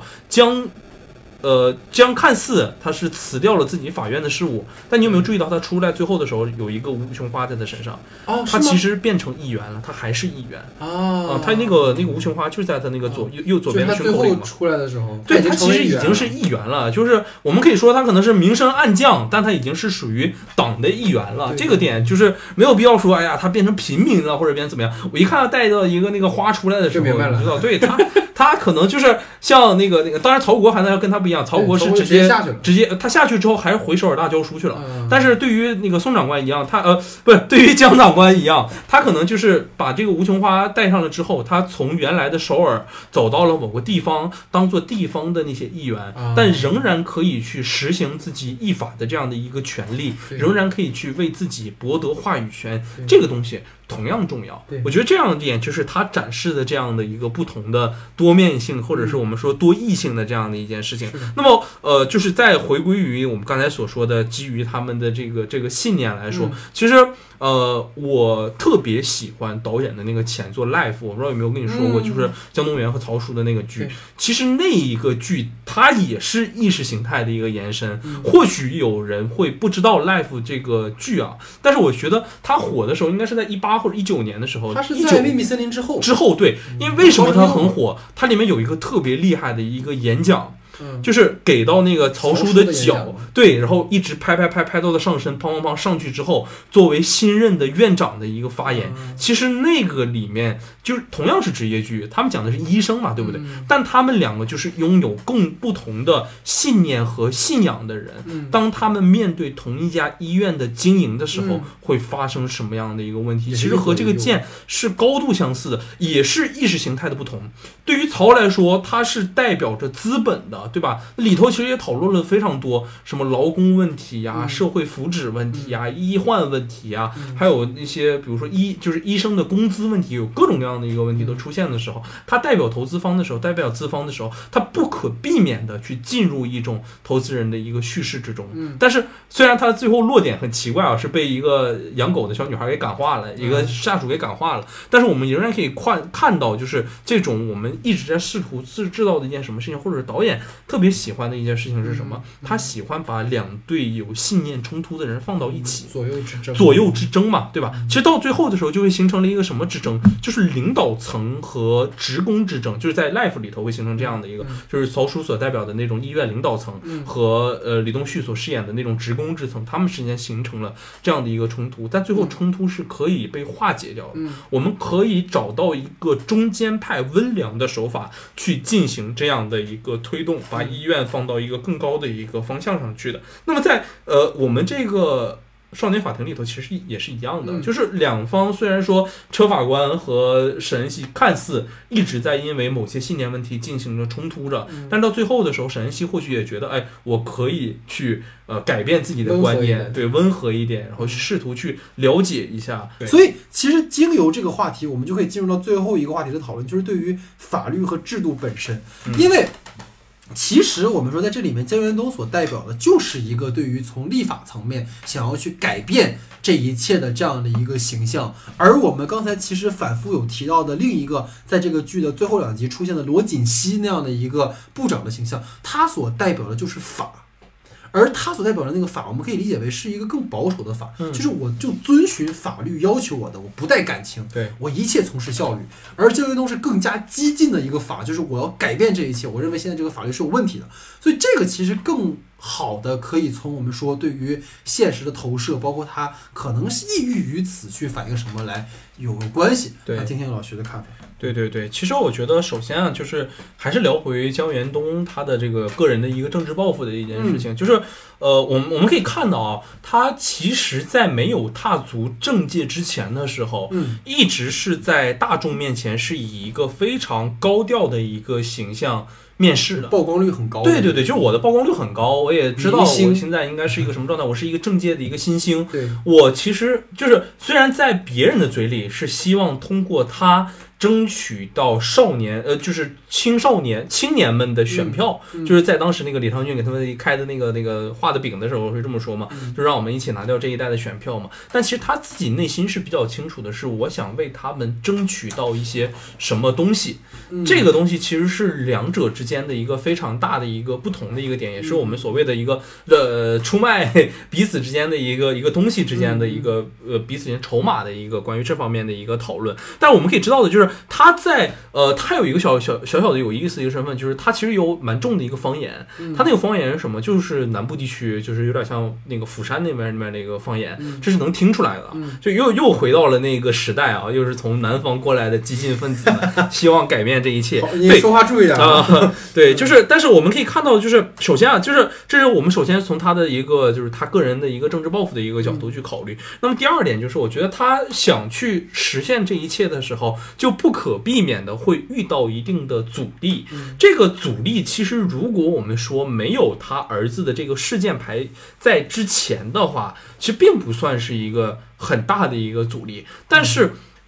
姜看似他是辞掉了自己法院的事务，但你有没有注意到他出来最后的时候有一个无穷花在他身上？他其实变成议员了，他还是议员他那个无穷花就是在他那个左边的胸口里嘛。 出来的时候， 对，他其实已经是议员了，就是我们可以说他可能是明升暗降，但他已经是属于党的议员了。这个点就是没有必要说，哎呀，他变成平民了或者变成怎么样。我一看他带到一个那个花出来的时候，你知道，对他可能就是像那个，当然曹国还能跟他不一样，曹国是直接他下去之后还是回首尔大教书去了。但是对于那个宋长官一样，对于姜长官一样，他可能就是把这个无穷花带上了之后，他从原来的首尔走到了某个地方，当做地方的那些议员，但仍然可以去实行自己议法的这样的一个权利，仍然可以去为自己博得话语权，这个东西同样重要。我觉得这样的点就是他展示的这样的一个不同的多面性，或者是我们说多异性的这样的一件事情。那么就是在回归于我们刚才所说的基于他们们的这个信念来说，其实我特别喜欢导演的那个前作 Life， 我不知道有没有跟你说过，就是江东元和曹叔的那个剧。其实那一个剧它也是意识形态的一个延伸，或许有人会不知道 Life 这个剧啊，但是我觉得它火的时候应该是在18或者19年的时候， 它是在秘密森林之后。 对，因为为什么它很火？它里面有一个特别厉害的一个演讲。就是给到那个曹叔的脚，对，然后一直拍到他上身，砰砰砰上去之后，作为新任的院长的一个发言。其实那个里面就是同样是职业剧，他们讲的是医生嘛，对不对？但他们两个就是拥有更不同的信念和信仰的人，当他们面对同一家医院的经营的时候，会发生什么样的一个问题？其实和这个剑是高度相似的，也是意识形态的不同。对于曹来说，它是代表着资本的。对吧？里头其实也讨论了非常多，什么劳工问题呀、社会福祉问题呀、医患问题呀，还有一些比如说就是医生的工资问题，有各种各样的一个问题都出现的时候，它代表投资方的时候，代表资方的时候，它不可避免的去进入一种投资人的一个叙事之中。但是虽然它最后落点很奇怪啊，是被一个养狗的小女孩给感化了，一个下属给感化了，但是我们仍然可以看到，就是这种我们一直在试图制造的一件什么事情，或者是导演特别喜欢的一件事情是什么？他喜欢把两对有信念冲突的人放到一起，左右之争嘛，对吧？其实到最后的时候就会形成了一个什么之争？就是领导层和职工之争，就是在 Life 里头会形成这样的一个，就是曹叔所代表的那种医院领导层和李东旭所饰演的那种职工之层，他们之间形成了这样的一个冲突，但最后冲突是可以被化解掉的。我们可以找到一个中间派温良的手法去进行这样的一个推动，把医院放到一个更高的一个方向上去的。那么在我们这个少年法庭里头其实也是一样的，就是两方虽然说车法官和沈恩熙看似一直在因为某些信念问题进行着冲突着，但到最后的时候，沈恩熙或许也觉得，哎，我可以去改变自己的观念，对，温和一点，然后试图去了解一下。 所以其实经由这个话题，我们就可以进入到最后一个话题的讨论，就是对于法律和制度本身，因为其实我们说在这里面，江原东所代表的就是一个对于从立法层面想要去改变这一切的这样的一个形象。而我们刚才其实反复有提到的另一个在这个剧的最后2集出现的罗锦熙那样的一个部长的形象，他所代表的就是法。而他所代表的那个法，我们可以理解为是一个更保守的法，就是我就遵循法律要求我的，我不带感情， 对， 我一切从事效率。而江原东是更加激进的一个法，就是我要改变这一切，我认为现在这个法律是有问题的。所以这个其实更好的可以从我们说对于现实的投射，包括他可能抑郁于此去反映什么来有关系。 对， 听听老徐的看法。 对，其实我觉得首先啊，就是还是聊回江原东他的这个个人的一个政治抱负的一件事情，就是我们可以看到啊，他其实在没有踏足政界之前的时候，一直是在大众面前是以一个非常高调的一个形象面试的， 曝光率很高。 对，就是我的曝光率很高，我也知道我现在应该是一个什么状态，我是一个政界的一个新星。 对， 我其实就是虽然在别人的嘴里是希望通过他争取到就是青年们的选票，就是在当时那个李昌俊给他们开的那个画的饼的时候是这么说嘛，就让我们一起拿掉这一代的选票嘛。但其实他自己内心是比较清楚的，是我想为他们争取到一些什么东西。这个东西其实是两者之间的一个非常大的一个不同的一个点，也是我们所谓的一个出卖彼此之间的一个东西之间的一个彼此间筹码的一个关于这方面的一个讨论。但我们可以知道的就是他在他有一个小的有意思的一个身份，就是他其实有蛮重的一个方言。他那个方言是什么？就是南部地区，就是有点像那个釜山那边那个方言，这是能听出来的。就又回到了那个时代啊，又是从南方过来的激进分子们希望改变这一切。 你说话注意点啊！ 对，就是但是我们可以看到，就是首先啊，就是这是我们首先从他的一个就是他个人的一个政治抱负的一个角度去考虑。那么第二点就是，我觉得他想去实现这一切的时候，就不可避免的会遇到一定的阻力。这个阻力其实如果我们说没有他儿子的这个事件排在之前的话，其实并不算是一个很大的一个阻力。但是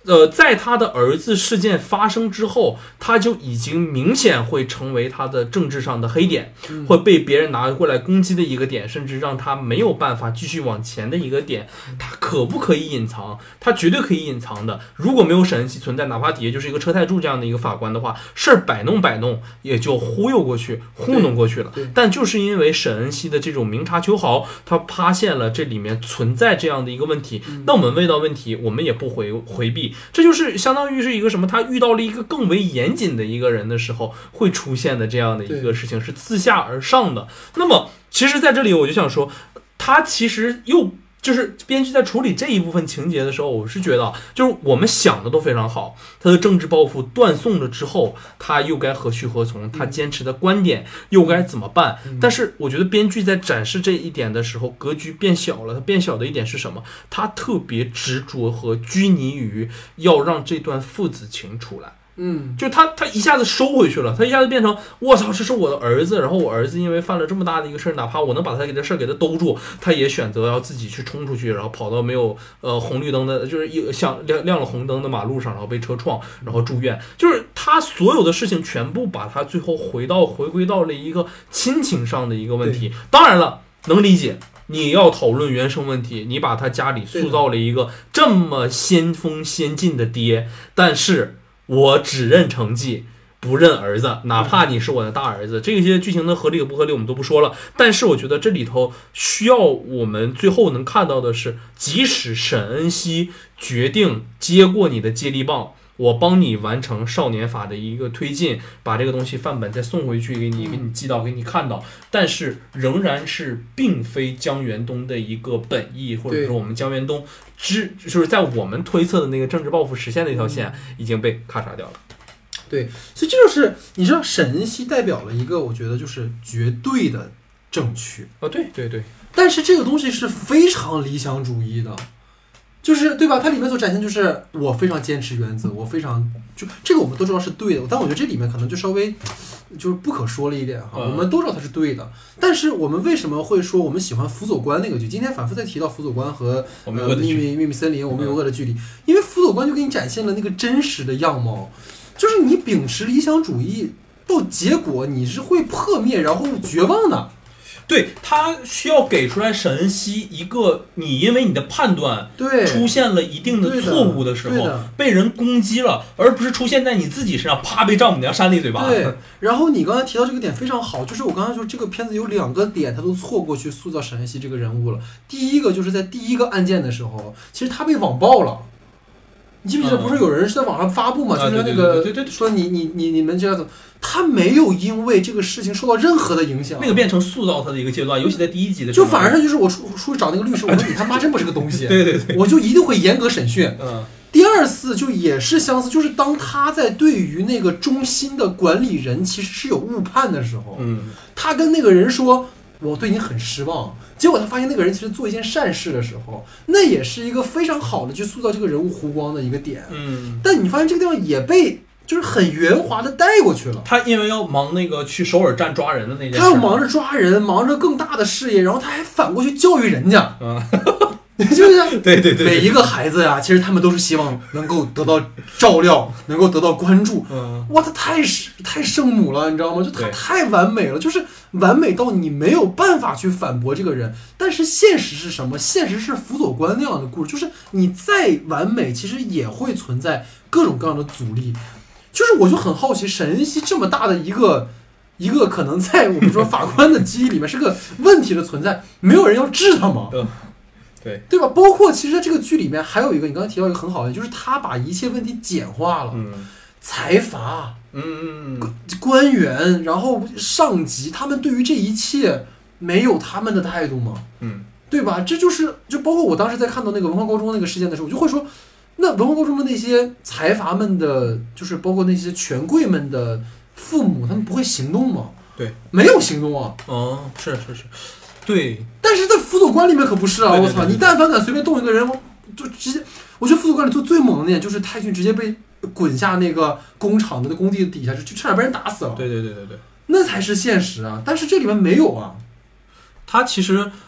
在他的儿子事件发生之后，他就已经明显会成为他的政治上的黑点，会被别人拿过来攻击的一个点，甚至让他没有办法继续往前的一个点。他可不可以隐藏？他绝对可以隐藏的。如果没有沈恩熙存在，哪怕底下就是一个车太柱这样的一个法官的话，事儿摆弄也就忽悠过去、糊弄过去了。但就是因为沈恩熙的这种明察秋毫，他发现了这里面存在这样的一个问题，那我们问到问题，我们也不回避。这就是相当于是一个什么？他遇到了一个更为严谨的一个人的时候，会出现的这样的一个事情，是自下而上的。那么，其实在这里我就想说，他其实又就是编剧在处理这一部分情节的时候，我是觉得，就是我们想的都非常好。他的政治抱负断送了之后，他又该何去何从？他坚持的观点又该怎么办？但是我觉得编剧在展示这一点的时候，格局变小了。他变小的一点是什么？他特别执着和拘泥于要让这段父子情出来。就他一下子收回去了，他一下子变成我操，这是我的儿子，然后我儿子因为犯了这么大的一个事儿，哪怕我能把他给这事儿给他兜住，他也选择要自己去冲出去，然后跑到没有红绿灯的，就是像亮了红灯的马路上，然后被车撞，然后住院，就是他所有的事情全部把他最后回归到了一个亲情上的一个问题。当然了，能理解。你要讨论原生问题，你把他家里塑造了一个这么先锋先进的爹，但是我只认成绩不认儿子，哪怕你是我的大儿子。这些剧情的合理不合理我们都不说了，但是我觉得这里头需要我们最后能看到的是，即使沈恩熙决定接过你的接力棒，我帮你完成少年法的一个推进，把这个东西范本再送回去给你寄到给你看到，但是仍然是并非江原东的一个本意，或者说我们江原东就是在我们推测的那个政治抱负实现的一条线已经被咔嚓掉了。 对，所以这就是你知道沈恩熙代表了一个我觉得就是绝对的正确。 对对对， 但是这个东西是非常理想主义的。就是对吧？它里面所展现就是我非常坚持原则，我非常就这个我们都知道是对的，但我觉得这里面可能就稍微就是不可说了一点哈。我们都知道它是对的，但是我们为什么会说我们喜欢辅佐官那个剧？今天反复在提到辅佐官和秘密森林，我们有恶的距离，因为辅佐官就给你展现了那个真实的样貌，就是你秉持理想主义到结果你是会破灭然后绝望的。 对，他需要给出来沈恩熙一个你因为你的判断出现了一定的错误的时候被人攻击了，而不是出现在你自己身上，啪被丈母娘扇了一嘴巴。 对，然后你刚才提到这个点非常好，就是我刚才说这个片子有2个点他都错过去塑造沈恩熙这个人物了。第一个就是在第一个案件的时候，其实他被网暴了。你记不记得不是有人是在网上发布嘛？就是那个说你们这样子，他没有因为这个事情受到任何的影响， 那个变成塑造他的一个阶段，尤其在第1集的时候，就反而就是我出去找那个律师，我说你他妈真不是个东西， 对对对， 我就一定会严格审讯。第2次就也是相似，就是当他在对于那个中心的管理人其实是有误判的时候，他跟那个人说我对你很失望，结果他发现那个人其实做一件善事的时候，那也是一个非常好的去塑造这个人物弧光的一个点。但你发现这个地方也被就是很圆滑的带过去了。 他因为要忙那个去首尔站抓人的那件事， 他要忙着抓人，忙着更大的事业，然后他还反过去教育人家。就是对对对， 每一个孩子呀，其实他们都是希望能够得到照料，能够得到关注。哇，他太圣母了，你知道吗？就他太完美了，就是完美到你没有办法去反驳这个人。但是现实是什么？现实是辅佐官那样的故事，就是你再完美，其实也会存在各种各样的阻力。就是我就很好奇，沈恩熙这么大的一个可能在我们说法官的记忆里面是个问题的存在，没有人要治他吗？对吧？包括其实在这个剧里面还有一个，你刚才提到一个很好的，就是他把一切问题简化了。财阀，官员，然后上级，他们对于这一切没有他们的态度吗？对吧？这就包括我当时在看到那个文化高中那个事件的时候，我就会说，那文化高中的那些财阀们的，就是包括那些权贵们的父母，他们不会行动吗？ 对， 没有行动啊。 是。对， 但是在辅佐官里面可不是啊！我操，你但凡敢随便动一个人，就直接，我觉得辅佐官里做最猛的点就是泰俊直接被滚下那个工厂的工地底下，就差点被人打死了。 对， 那才是现实啊！但是这里面没有啊。 他其实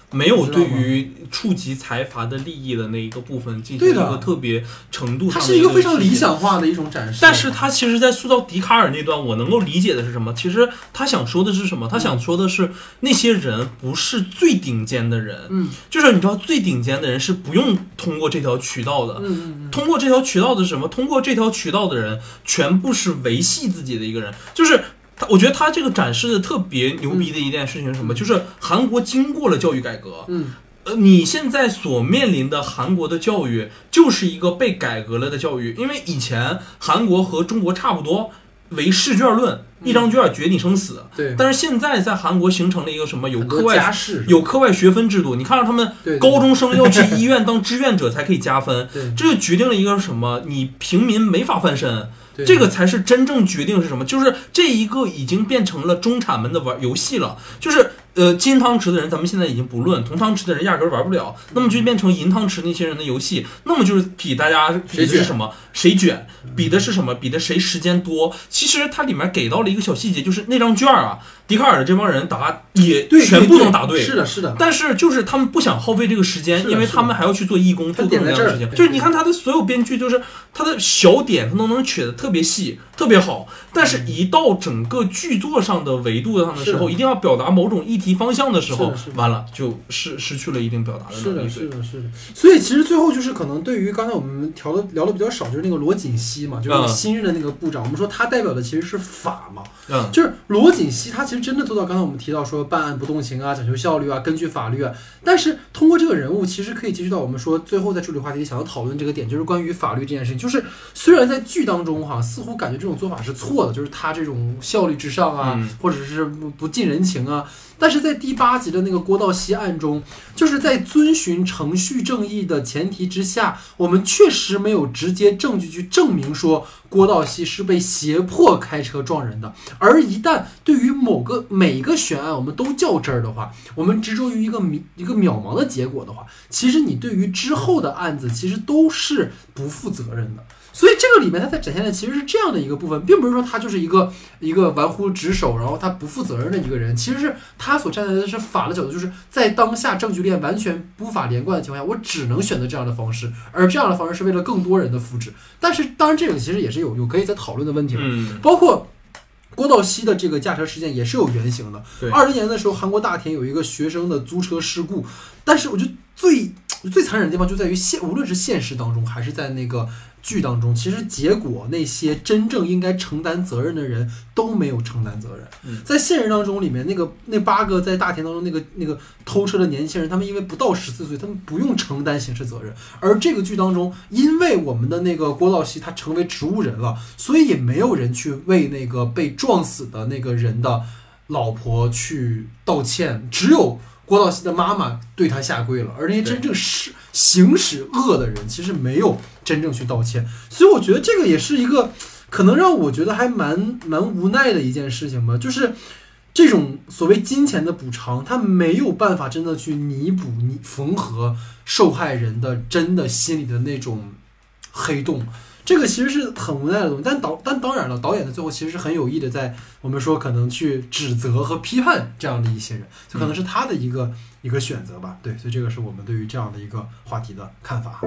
没有对于触及财阀的利益的那一个部分进行一个特别程度上的， 它是一个非常理想化的一种展示。 但是他其实在塑造笛卡尔那段，我能够理解的是什么？其实他想说的是什么？他想说的是那些人不是最顶尖的人，就是你知道最顶尖的人是不用通过这条渠道的，通过这条渠道的是什么？通过这条渠道的人全部是维系自己的一个人，就是我觉得他这个展示的特别牛逼的一件事情是什么？就是韩国经过了教育改革，你现在所面临的韩国的教育就是一个被改革了的教育，因为以前韩国和中国差不多为试卷论，一张卷决定生死。 对， 但是现在在韩国形成了一个什么有课外学分制度，你看到他们高中生要去医院当志愿者才可以加分，这就决定了一个什么？你平民没法翻身。这个才是真正决定是什么？就是这一个已经变成了中产们的玩游戏了，就是金汤匙的人咱们现在已经不论，铜汤匙的人压根玩不了，那么就变成银汤匙那些人的游戏，那么就是比大家比的是什么？谁卷？比的是什么？比的谁时间多？其实它里面给到了一个小细节，就是那张卷啊，笛卡尔的这帮人答也全部能答对， 是的，是的。 但是就是他们不想耗费这个时间，因为他们还要去做义工，做各种各样的事情。就是你看他的所有编剧，就是他的小点，他都能取得特别细，特别好。但是，一到整个剧作上的维度上的时候，一定要表达某种议题方向的时候，完了就失去了一定表达的能力。 是的。所以其实最后就是可能对于刚才我们聊的比较少，就是那个罗锦熙嘛，就是新任的那个部长，我们说他代表的其实是法嘛，就是罗锦熙他其实真的做到刚才我们提到说办案不动情啊，讲究效率啊，根据法律啊。但是通过这个人物，其实可以接触到我们说最后在处理话题想要讨论这个点，就是关于法律这件事情。就是虽然在剧当中似乎感觉这种做法是错的，就是他这种效率至上啊，或者是不近人情啊。但是在第8集的那个郭道熙案中，就是在遵循程序正义的前提之下，我们确实没有直接证据去证明说郭道熙是被胁迫开车撞人的。而一旦对于每一个悬案我们都较真儿的话，我们执着于一个渺茫的结果的话，其实你对于之后的案子其实都是不负责任的。所以这个里面它在展现的其实是这样的一个部分，并不是说他就是一个玩忽职守，然后他不负责任的一个人，其实是他所站在的是法的角度，就是在当下证据链完全无法连贯的情况下，我只能选择这样的方式，而这样的方式是为了更多人的福祉。但是当然这个其实也是有可以再讨论的问题了，包括郭道熙的这个驾车事件也是有原型的。20年的时候，韩国大田有一个学生的租车事故，但是我觉得最残忍的地方就在于无论是现实当中还是在那个剧当中，其实结果那些真正应该承担责任的人都没有承担责任。在现实当中里面那8个在大田当中那个偷车的年轻人，他们因为不到14岁，他们不用承担刑事责任。而这个剧当中，因为我们的那个郭道熙他成为植物人了，所以也没有人去为那个被撞死的那个人的老婆去道歉，只有郭道熙的妈妈对他下跪了，而那些真正行使恶的人其实没有真正去道歉。所以我觉得这个也是一个可能让我觉得还蛮无奈的一件事情吧，就是这种所谓金钱的补偿，它没有办法真的去弥补缝合受害人的真的心里的那种黑洞。这个其实是很无奈的东西，但当然了，导演的最后其实是很有意的，在我们说可能去指责和批判这样的一些人，这可能是他的一个选择吧。对，所以这个是我们对于这样的一个话题的看法。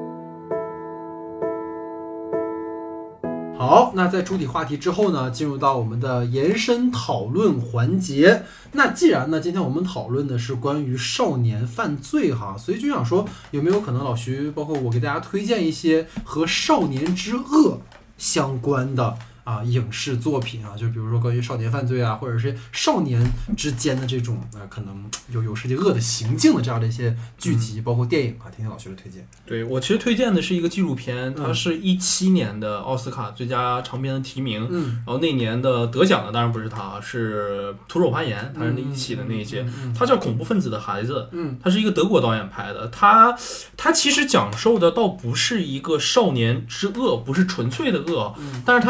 好，那在主体话题之后呢，进入到我们的延伸讨论环节。那既然呢，今天我们讨论的是关于少年犯罪所以就想说，有没有可能老徐包括我给大家推荐一些和少年之恶相关的影视作品就比如说关于少年犯罪或者是少年之间的这种可能有涉及恶的行径的这样的一些剧集，包括电影听听老徐的推荐。 对，我其实推荐的是一个纪录片，它是17年的奥斯卡最佳长片的提名，然后那年的得奖的当然不是他，是徒手攀岩，他是一起的那一届，他叫《恐怖分子的孩子》，他是一个德国导演拍的，他其实讲述的倒不是一个少年之恶，不是纯粹的恶，但是他讲述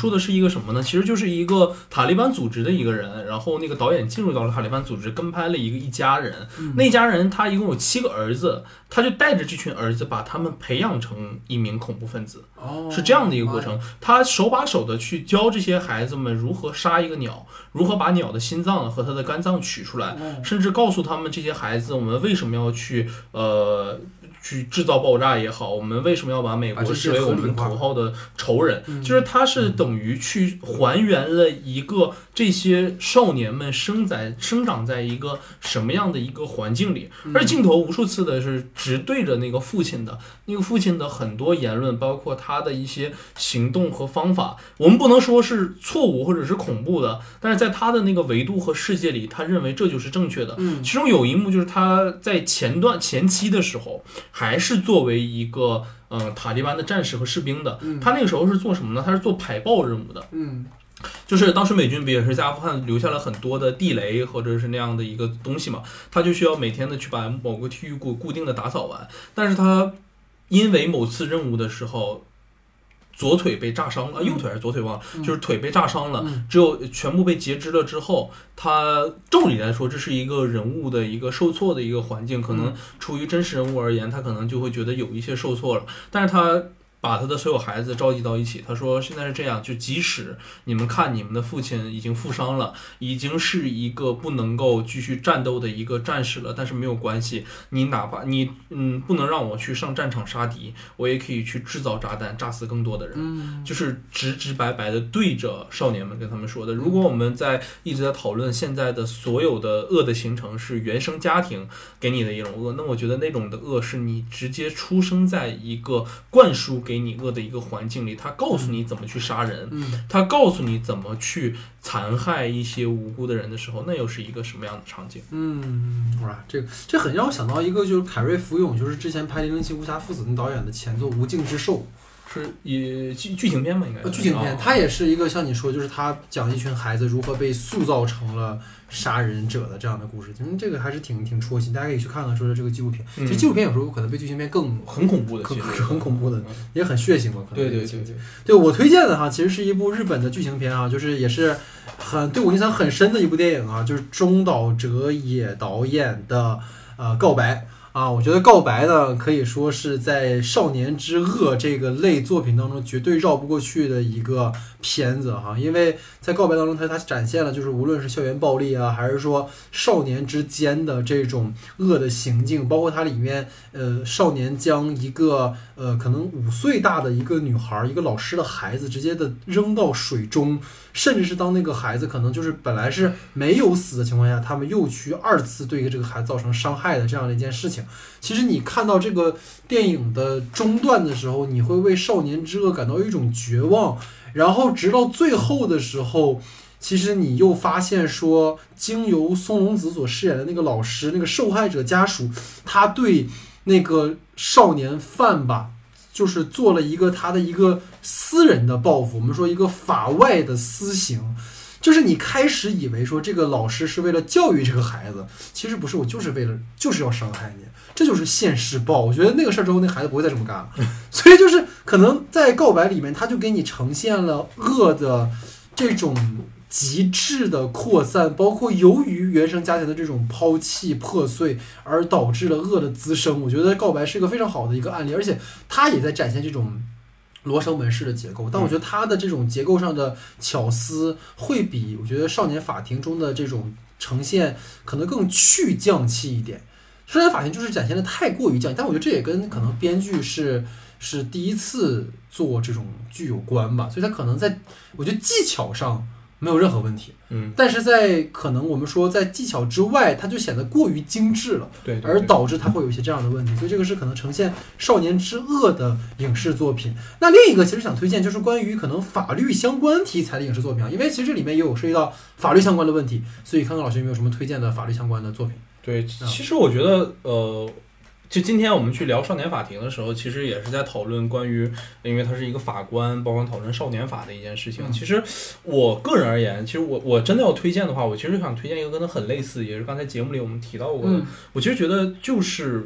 述的是一个什么呢？其实就是一个塔利班组织的一个人，然后那个导演进入到了塔利班组织，跟拍了一家人。那一家人他一共有7个儿子，他就带着这群儿子把他们培养成一名恐怖分子，是这样的一个过程。他手把手的去教这些孩子们如何杀一个鸟，如何把鸟的心脏和它的肝脏取出来，甚至告诉他们这些孩子我们为什么要去制造爆炸也好，我们为什么要把美国视为我们头号的仇人，就是他是等于去还原了一个这些少年们生长在一个什么样的一个环境里，而镜头无数次的是直对着那个父亲的很多言论，包括他的一些行动和方法，我们不能说是错误或者是恐怖的，但是在他的那个维度和世界里，他认为这就是正确的。其中有一幕就是他在前期的时候还是作为一个塔利班的战士和士兵的，他那个时候是做什么呢？他是做排爆任务的。就是当时美军不也是在阿富汗留下了很多的地雷或者是那样的一个东西嘛，他就需要每天的去把某个区域固定的打扫完，但是他因为某次任务的时候左腿被炸伤了，右腿还是左腿忘了，就是腿被炸伤了，只有全部被截肢了之后，他照理来说这是一个人物的一个受挫的一个环境，可能出于真实人物而言，他可能就会觉得有一些受挫了，但是他把他的所有孩子召集到一起，他说现在是这样，就即使你们看你们的父亲已经负伤了，已经是一个不能够继续战斗的一个战士了，但是没有关系，你哪怕你不能让我去上战场杀敌，我也可以去制造炸弹炸死更多的人，就是直白白的对着少年们跟他们说的。如果我们一直在讨论现在的所有的恶的形成是原生家庭给你的一种恶，那我觉得那种的恶是你直接出生在一个灌输给你恶的一个环境里，他告诉你怎么去杀人，他告诉你怎么去残害一些无辜的人的时候，那又是一个什么样的场景？ 哇，这很让我想到一个，就是凯瑞·福永，就是之前拍《007无暇父子》那导演的前作《无尽之兽》， 是也剧情片吧？应该剧情片，它也是一个像你说，就是他讲一群孩子如何被塑造成了杀人者的这样的故事，这个还是挺戳心，大家可以去看看说的这个纪录片。其实纪录片有时候可能比剧情片很恐怖的， 很恐怖的，也很血腥嘛。可能对， 我推荐的哈，其实是一部日本的剧情片啊，就是也是对我印象很深的一部电影啊，就是中岛哲也导演的告白。我觉得告白呢，可以说是在少年之恶这个类作品当中绝对绕不过去的一个片子哈，因为在告白当中它展现了就是无论是校园暴力啊，还是说少年之间的这种恶的行径，包括它里面少年将一个可能5岁大的一个女孩，一个老师的孩子直接的扔到水中，甚至是当那个孩子可能就是本来是没有死的情况下，他们又去2次对这个孩子造成伤害的这样的一件事情。其实你看到这个电影的中段的时候，你会为少年之恶感到一种绝望，然后直到最后的时候，其实你又发现说，经由松隆子所饰演的那个老师，那个受害者家属，他对那个少年犯吧，就是做了一个他的一个私人的报复，我们说一个法外的私刑。就是你开始以为说这个老师是为了教育这个孩子，其实不是，我就是要伤害你，这就是现世报。我觉得那个事儿之后，那孩子不会再这么干了。所以就是可能在告白里面，他就给你呈现了恶的这种极致的扩散，包括由于原生家庭的这种抛弃破碎而导致了恶的滋生。我觉得告白是一个非常好的一个案例，而且他也在展现这种罗生门式的结构，但我觉得它的这种结构上的巧思会比我觉得少年法庭中的这种呈现可能更去降气一点。少年法庭就是展现的太过于降气，但我觉得这也跟可能编剧是第一次做这种剧有关吧，所以他可能在我觉得技巧上没有任何问题，但是在可能我们说在技巧之外，它就显得过于精致了， 对， 而导致它会有一些这样的问题，所以这个是可能呈现少年之恶的影视作品。那另一个其实想推荐就是关于可能法律相关题材的影视作品啊，因为其实这里面也有涉及到法律相关的问题，所以康康老师有没有什么推荐的法律相关的作品？ 对，其实我觉得就今天我们去聊少年法庭的时候，其实也是在讨论关于，因为他是一个法官，包括讨论少年法的一件事情。其实我个人而言，其实我真的要推荐的话，我其实想推荐一个跟他很类似，也是刚才节目里我们提到过的。我其实觉得就是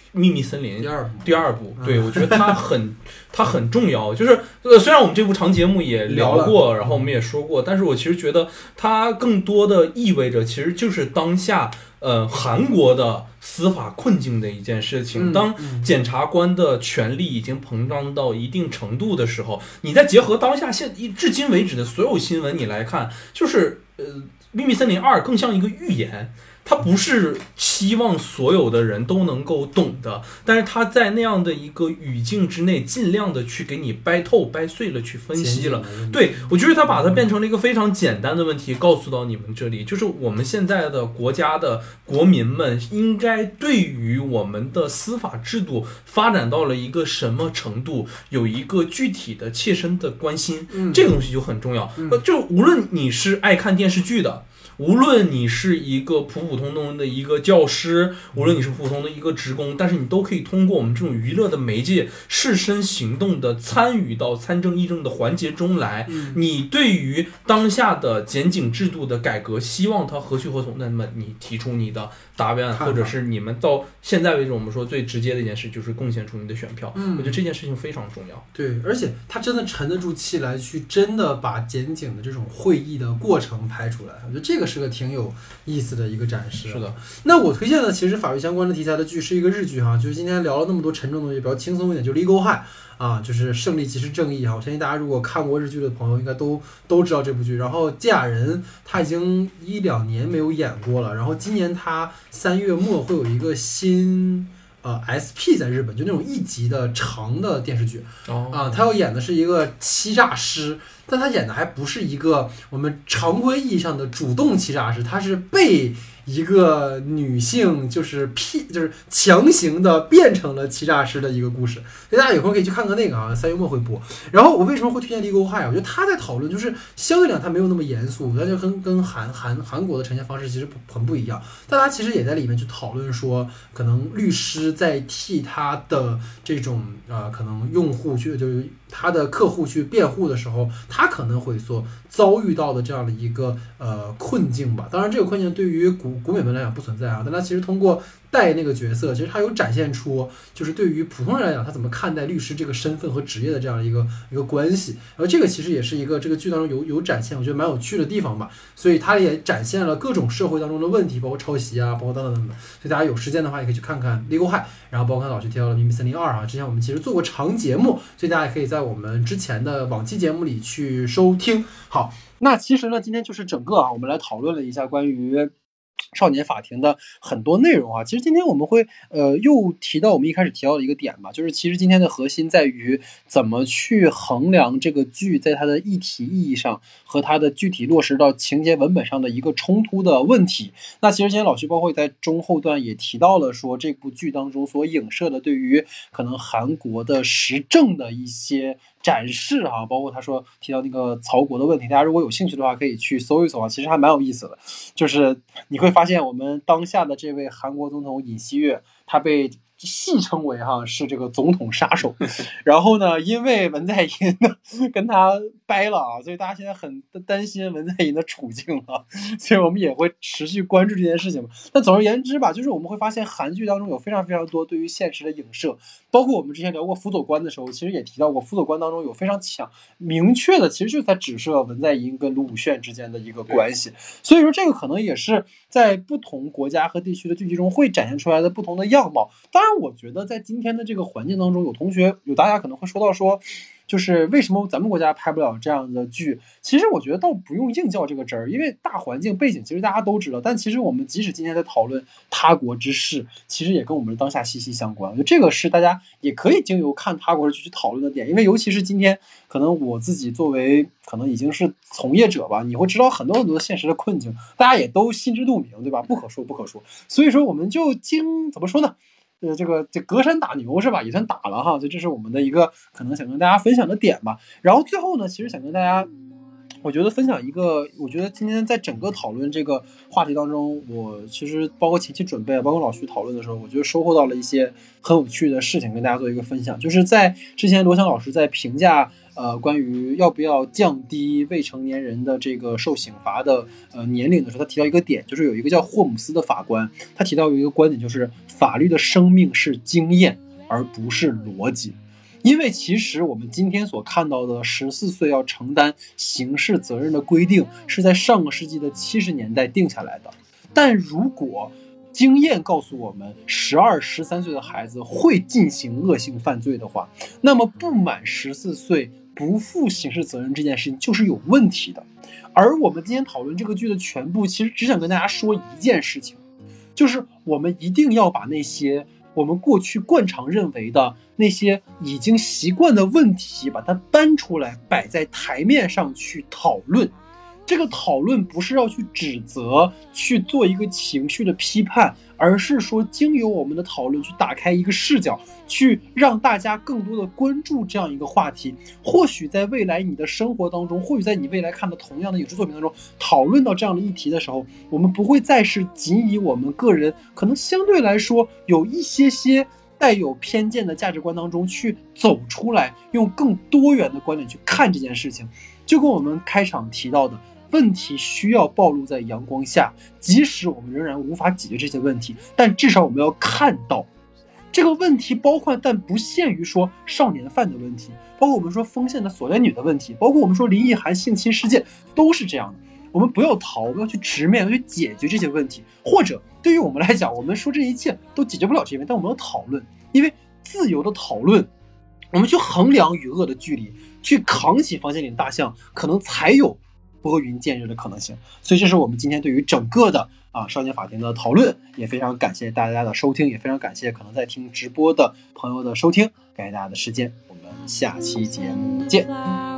秘密森林第二部， 对，我觉得它很重要。就是虽然我们这部长节目也聊过，然后我们也说过，但是我其实觉得它更多的意味着，其实就是当下韩国的司法困境的一件事情。当检察官的权力已经膨胀到一定程度的时候，你再结合当下至今为止的所有新闻你来看，就是秘密森林2更像一个预言。他不是期望所有的人都能够懂的，但是他在那样的一个语境之内，尽量的去给你掰透、掰碎了去分析了。对，我觉得他把它变成了一个非常简单的问题，告诉到你们这里，就是我们现在的国家的国民们应该对于我们的司法制度发展到了一个什么程度，有一个具体的切身的关心，这个东西就很重要。就无论你是爱看电视剧的，无论你是一个普普通通的一个教师，无论你是普通的一个职工，但是你都可以通过我们这种娱乐的媒介，设身行动的参与到参政议政的环节中来。你对于当下的检警制度的改革，希望它何去何从？那么你提出你的答辩，或者是你们到现在为止，我们说最直接的一件事就是贡献出你的选票。我觉得这件事情非常重要。 对，而且他真的沉得住气来，去真的把检警的这种会议的过程拍出来。我觉得这个是个挺有意思的一个展示。 是的， 那我推荐的其实法律相关的题材的剧是一个日剧哈，就是今天聊了那么多沉重的东西，比较轻松一点，就 Legal High 啊，就是胜利即是正义哈。我相信大家如果看过日剧的朋友应该都知道这部剧。然后芥雅人他已经1-2年没有演过了，然后今年他3月末会有一个新SP 在日本，就那种1集的长的电视剧他要演的是一个欺诈师，但他演的还不是一个我们常规意义上的主动欺诈师，他是被一个女性就是强行的变成了欺诈师的一个故事，所以大家有空可以去看看那个啊，3月末会播。然后我为什么会推荐 Legal High？ 我觉得他在讨论就是相对讲他没有那么严肃，但就跟韩国的呈现方式其实很不一样，但他其实也在里面去讨论说，可能律师在替他的这种可能用户就是他的客户去辩护的时候，他可能会所遭遇到的这样的一个困境吧。当然，这个困境对于古美们来讲不存在啊，但他其实通过带那个角色，其实他有展现出就是对于普通人来讲，他怎么看待律师这个身份和职业的这样一个关系。然后这个其实也是一个这个剧当中有展现，我觉得蛮有趣的地方吧。所以他也展现了各种社会当中的问题，包括抄袭啊，包括等等等等。所以大家有时间的话，也可以去看看 Legal High。然后包括刚才老徐提到了《秘密森林2》啊，之前我们其实做过长节目，所以大家也可以在我们之前的往期节目里去收听。好，那其实呢，今天就是整个我们来讨论了一下关于少年法庭的很多内容啊。其实今天我们会又提到我们一开始提到的一个点吧，就是其实今天的核心在于怎么去衡量这个剧在它的议题意义上和它的具体落实到情节文本上的一个冲突的问题。那其实今天老徐包括在中后段也提到了说，这部剧当中所影射的对于可能韩国的时政的一些展示啊，包括他说提到那个曹国的问题，大家如果有兴趣的话可以去搜一搜啊，其实还蛮有意思的。就是你会发现我们当下的这位韩国总统尹锡悦，他被戏称为是这个总统杀手，然后呢，因为文在寅呢跟他掰了啊，所以大家现在很担心文在寅的处境啊，所以我们也会持续关注这件事情。但总而言之吧，就是我们会发现韩剧当中有非常非常多对于现实的影射，包括我们之前聊过辅佐官的时候，其实也提到过辅佐官当中有非常明确的，其实就在指涉文在寅跟卢武铉之间的一个关系。所以说这个可能也是在不同国家和地区的剧集中会展现出来的不同的样貌。当然我觉得在今天的这个环境当中，有大家可能会说到说，就是为什么咱们国家拍不了这样的剧。其实我觉得倒不用硬较这个真儿，因为大环境背景其实大家都知道，但其实我们即使今天在讨论他国之事，其实也跟我们的当下息息相关。我觉得这个是大家也可以经由看他国剧去讨论的点。因为尤其是今天可能我自己作为可能已经是从业者吧，你会知道很多很多现实的困境，大家也都心知肚明，对吧？不可说。所以说我们就怎么说呢，这隔山打牛是吧，也算打了哈。所以这是我们的一个可能想跟大家分享的点吧。然后最后呢，其实想跟大家我觉得分享一个，我觉得今天在整个讨论这个话题当中，我其实包括前期准备，包括老徐讨论的时候，我觉得收获到了一些很有趣的事情，跟大家做一个分享。就是在之前罗翔老师在评价关于要不要降低未成年人的这个受刑罚的年龄的时候，他提到一个点，就是有一个叫霍姆斯的法官，他提到有一个观点，就是法律的生命是经验而不是逻辑。因为其实我们今天所看到的14岁要承担刑事责任的规定是在上个世纪的70年代定下来的，但如果经验告诉我们12、13岁的孩子会进行恶性犯罪的话，那么不满14岁不负刑事责任这件事情就是有问题的。而我们今天讨论这个剧的全部，其实只想跟大家说一件事情，就是我们一定要把那些我们过去惯常认为的那些已经习惯的问题，把它搬出来摆在台面上去讨论。这个讨论不是要去指责，去做一个情绪的批判，而是说经由我们的讨论去打开一个视角，去让大家更多的关注这样一个话题。或许在未来你的生活当中，或许在你未来看的同样的影视作品当中，讨论到这样的议题的时候，我们不会再是仅以我们个人可能相对来说有一些带有偏见的价值观当中去走出来，用更多元的观点去看这件事情。就跟我们开场提到的，问题需要暴露在阳光下，即使我们仍然无法解决这些问题，但至少我们要看到这个问题，包括但不限于说少年犯的问题，包括我们说丰县的锁链女的问题，包括我们说林奕含性侵事件，都是这样的。我们不要逃，我们要去直面，要去解决这些问题。或者对于我们来讲，我们说这一切都解决不了这些问题，但我们要讨论，因为自由的讨论，我们去衡量与恶的距离，去扛起房间里的大象，可能才有拨云见日的可能性。所以这是我们今天对于整个的少年法庭的讨论，也非常感谢大家的收听，也非常感谢可能在听直播的朋友的收听，感谢大家的时间，我们下期节目见。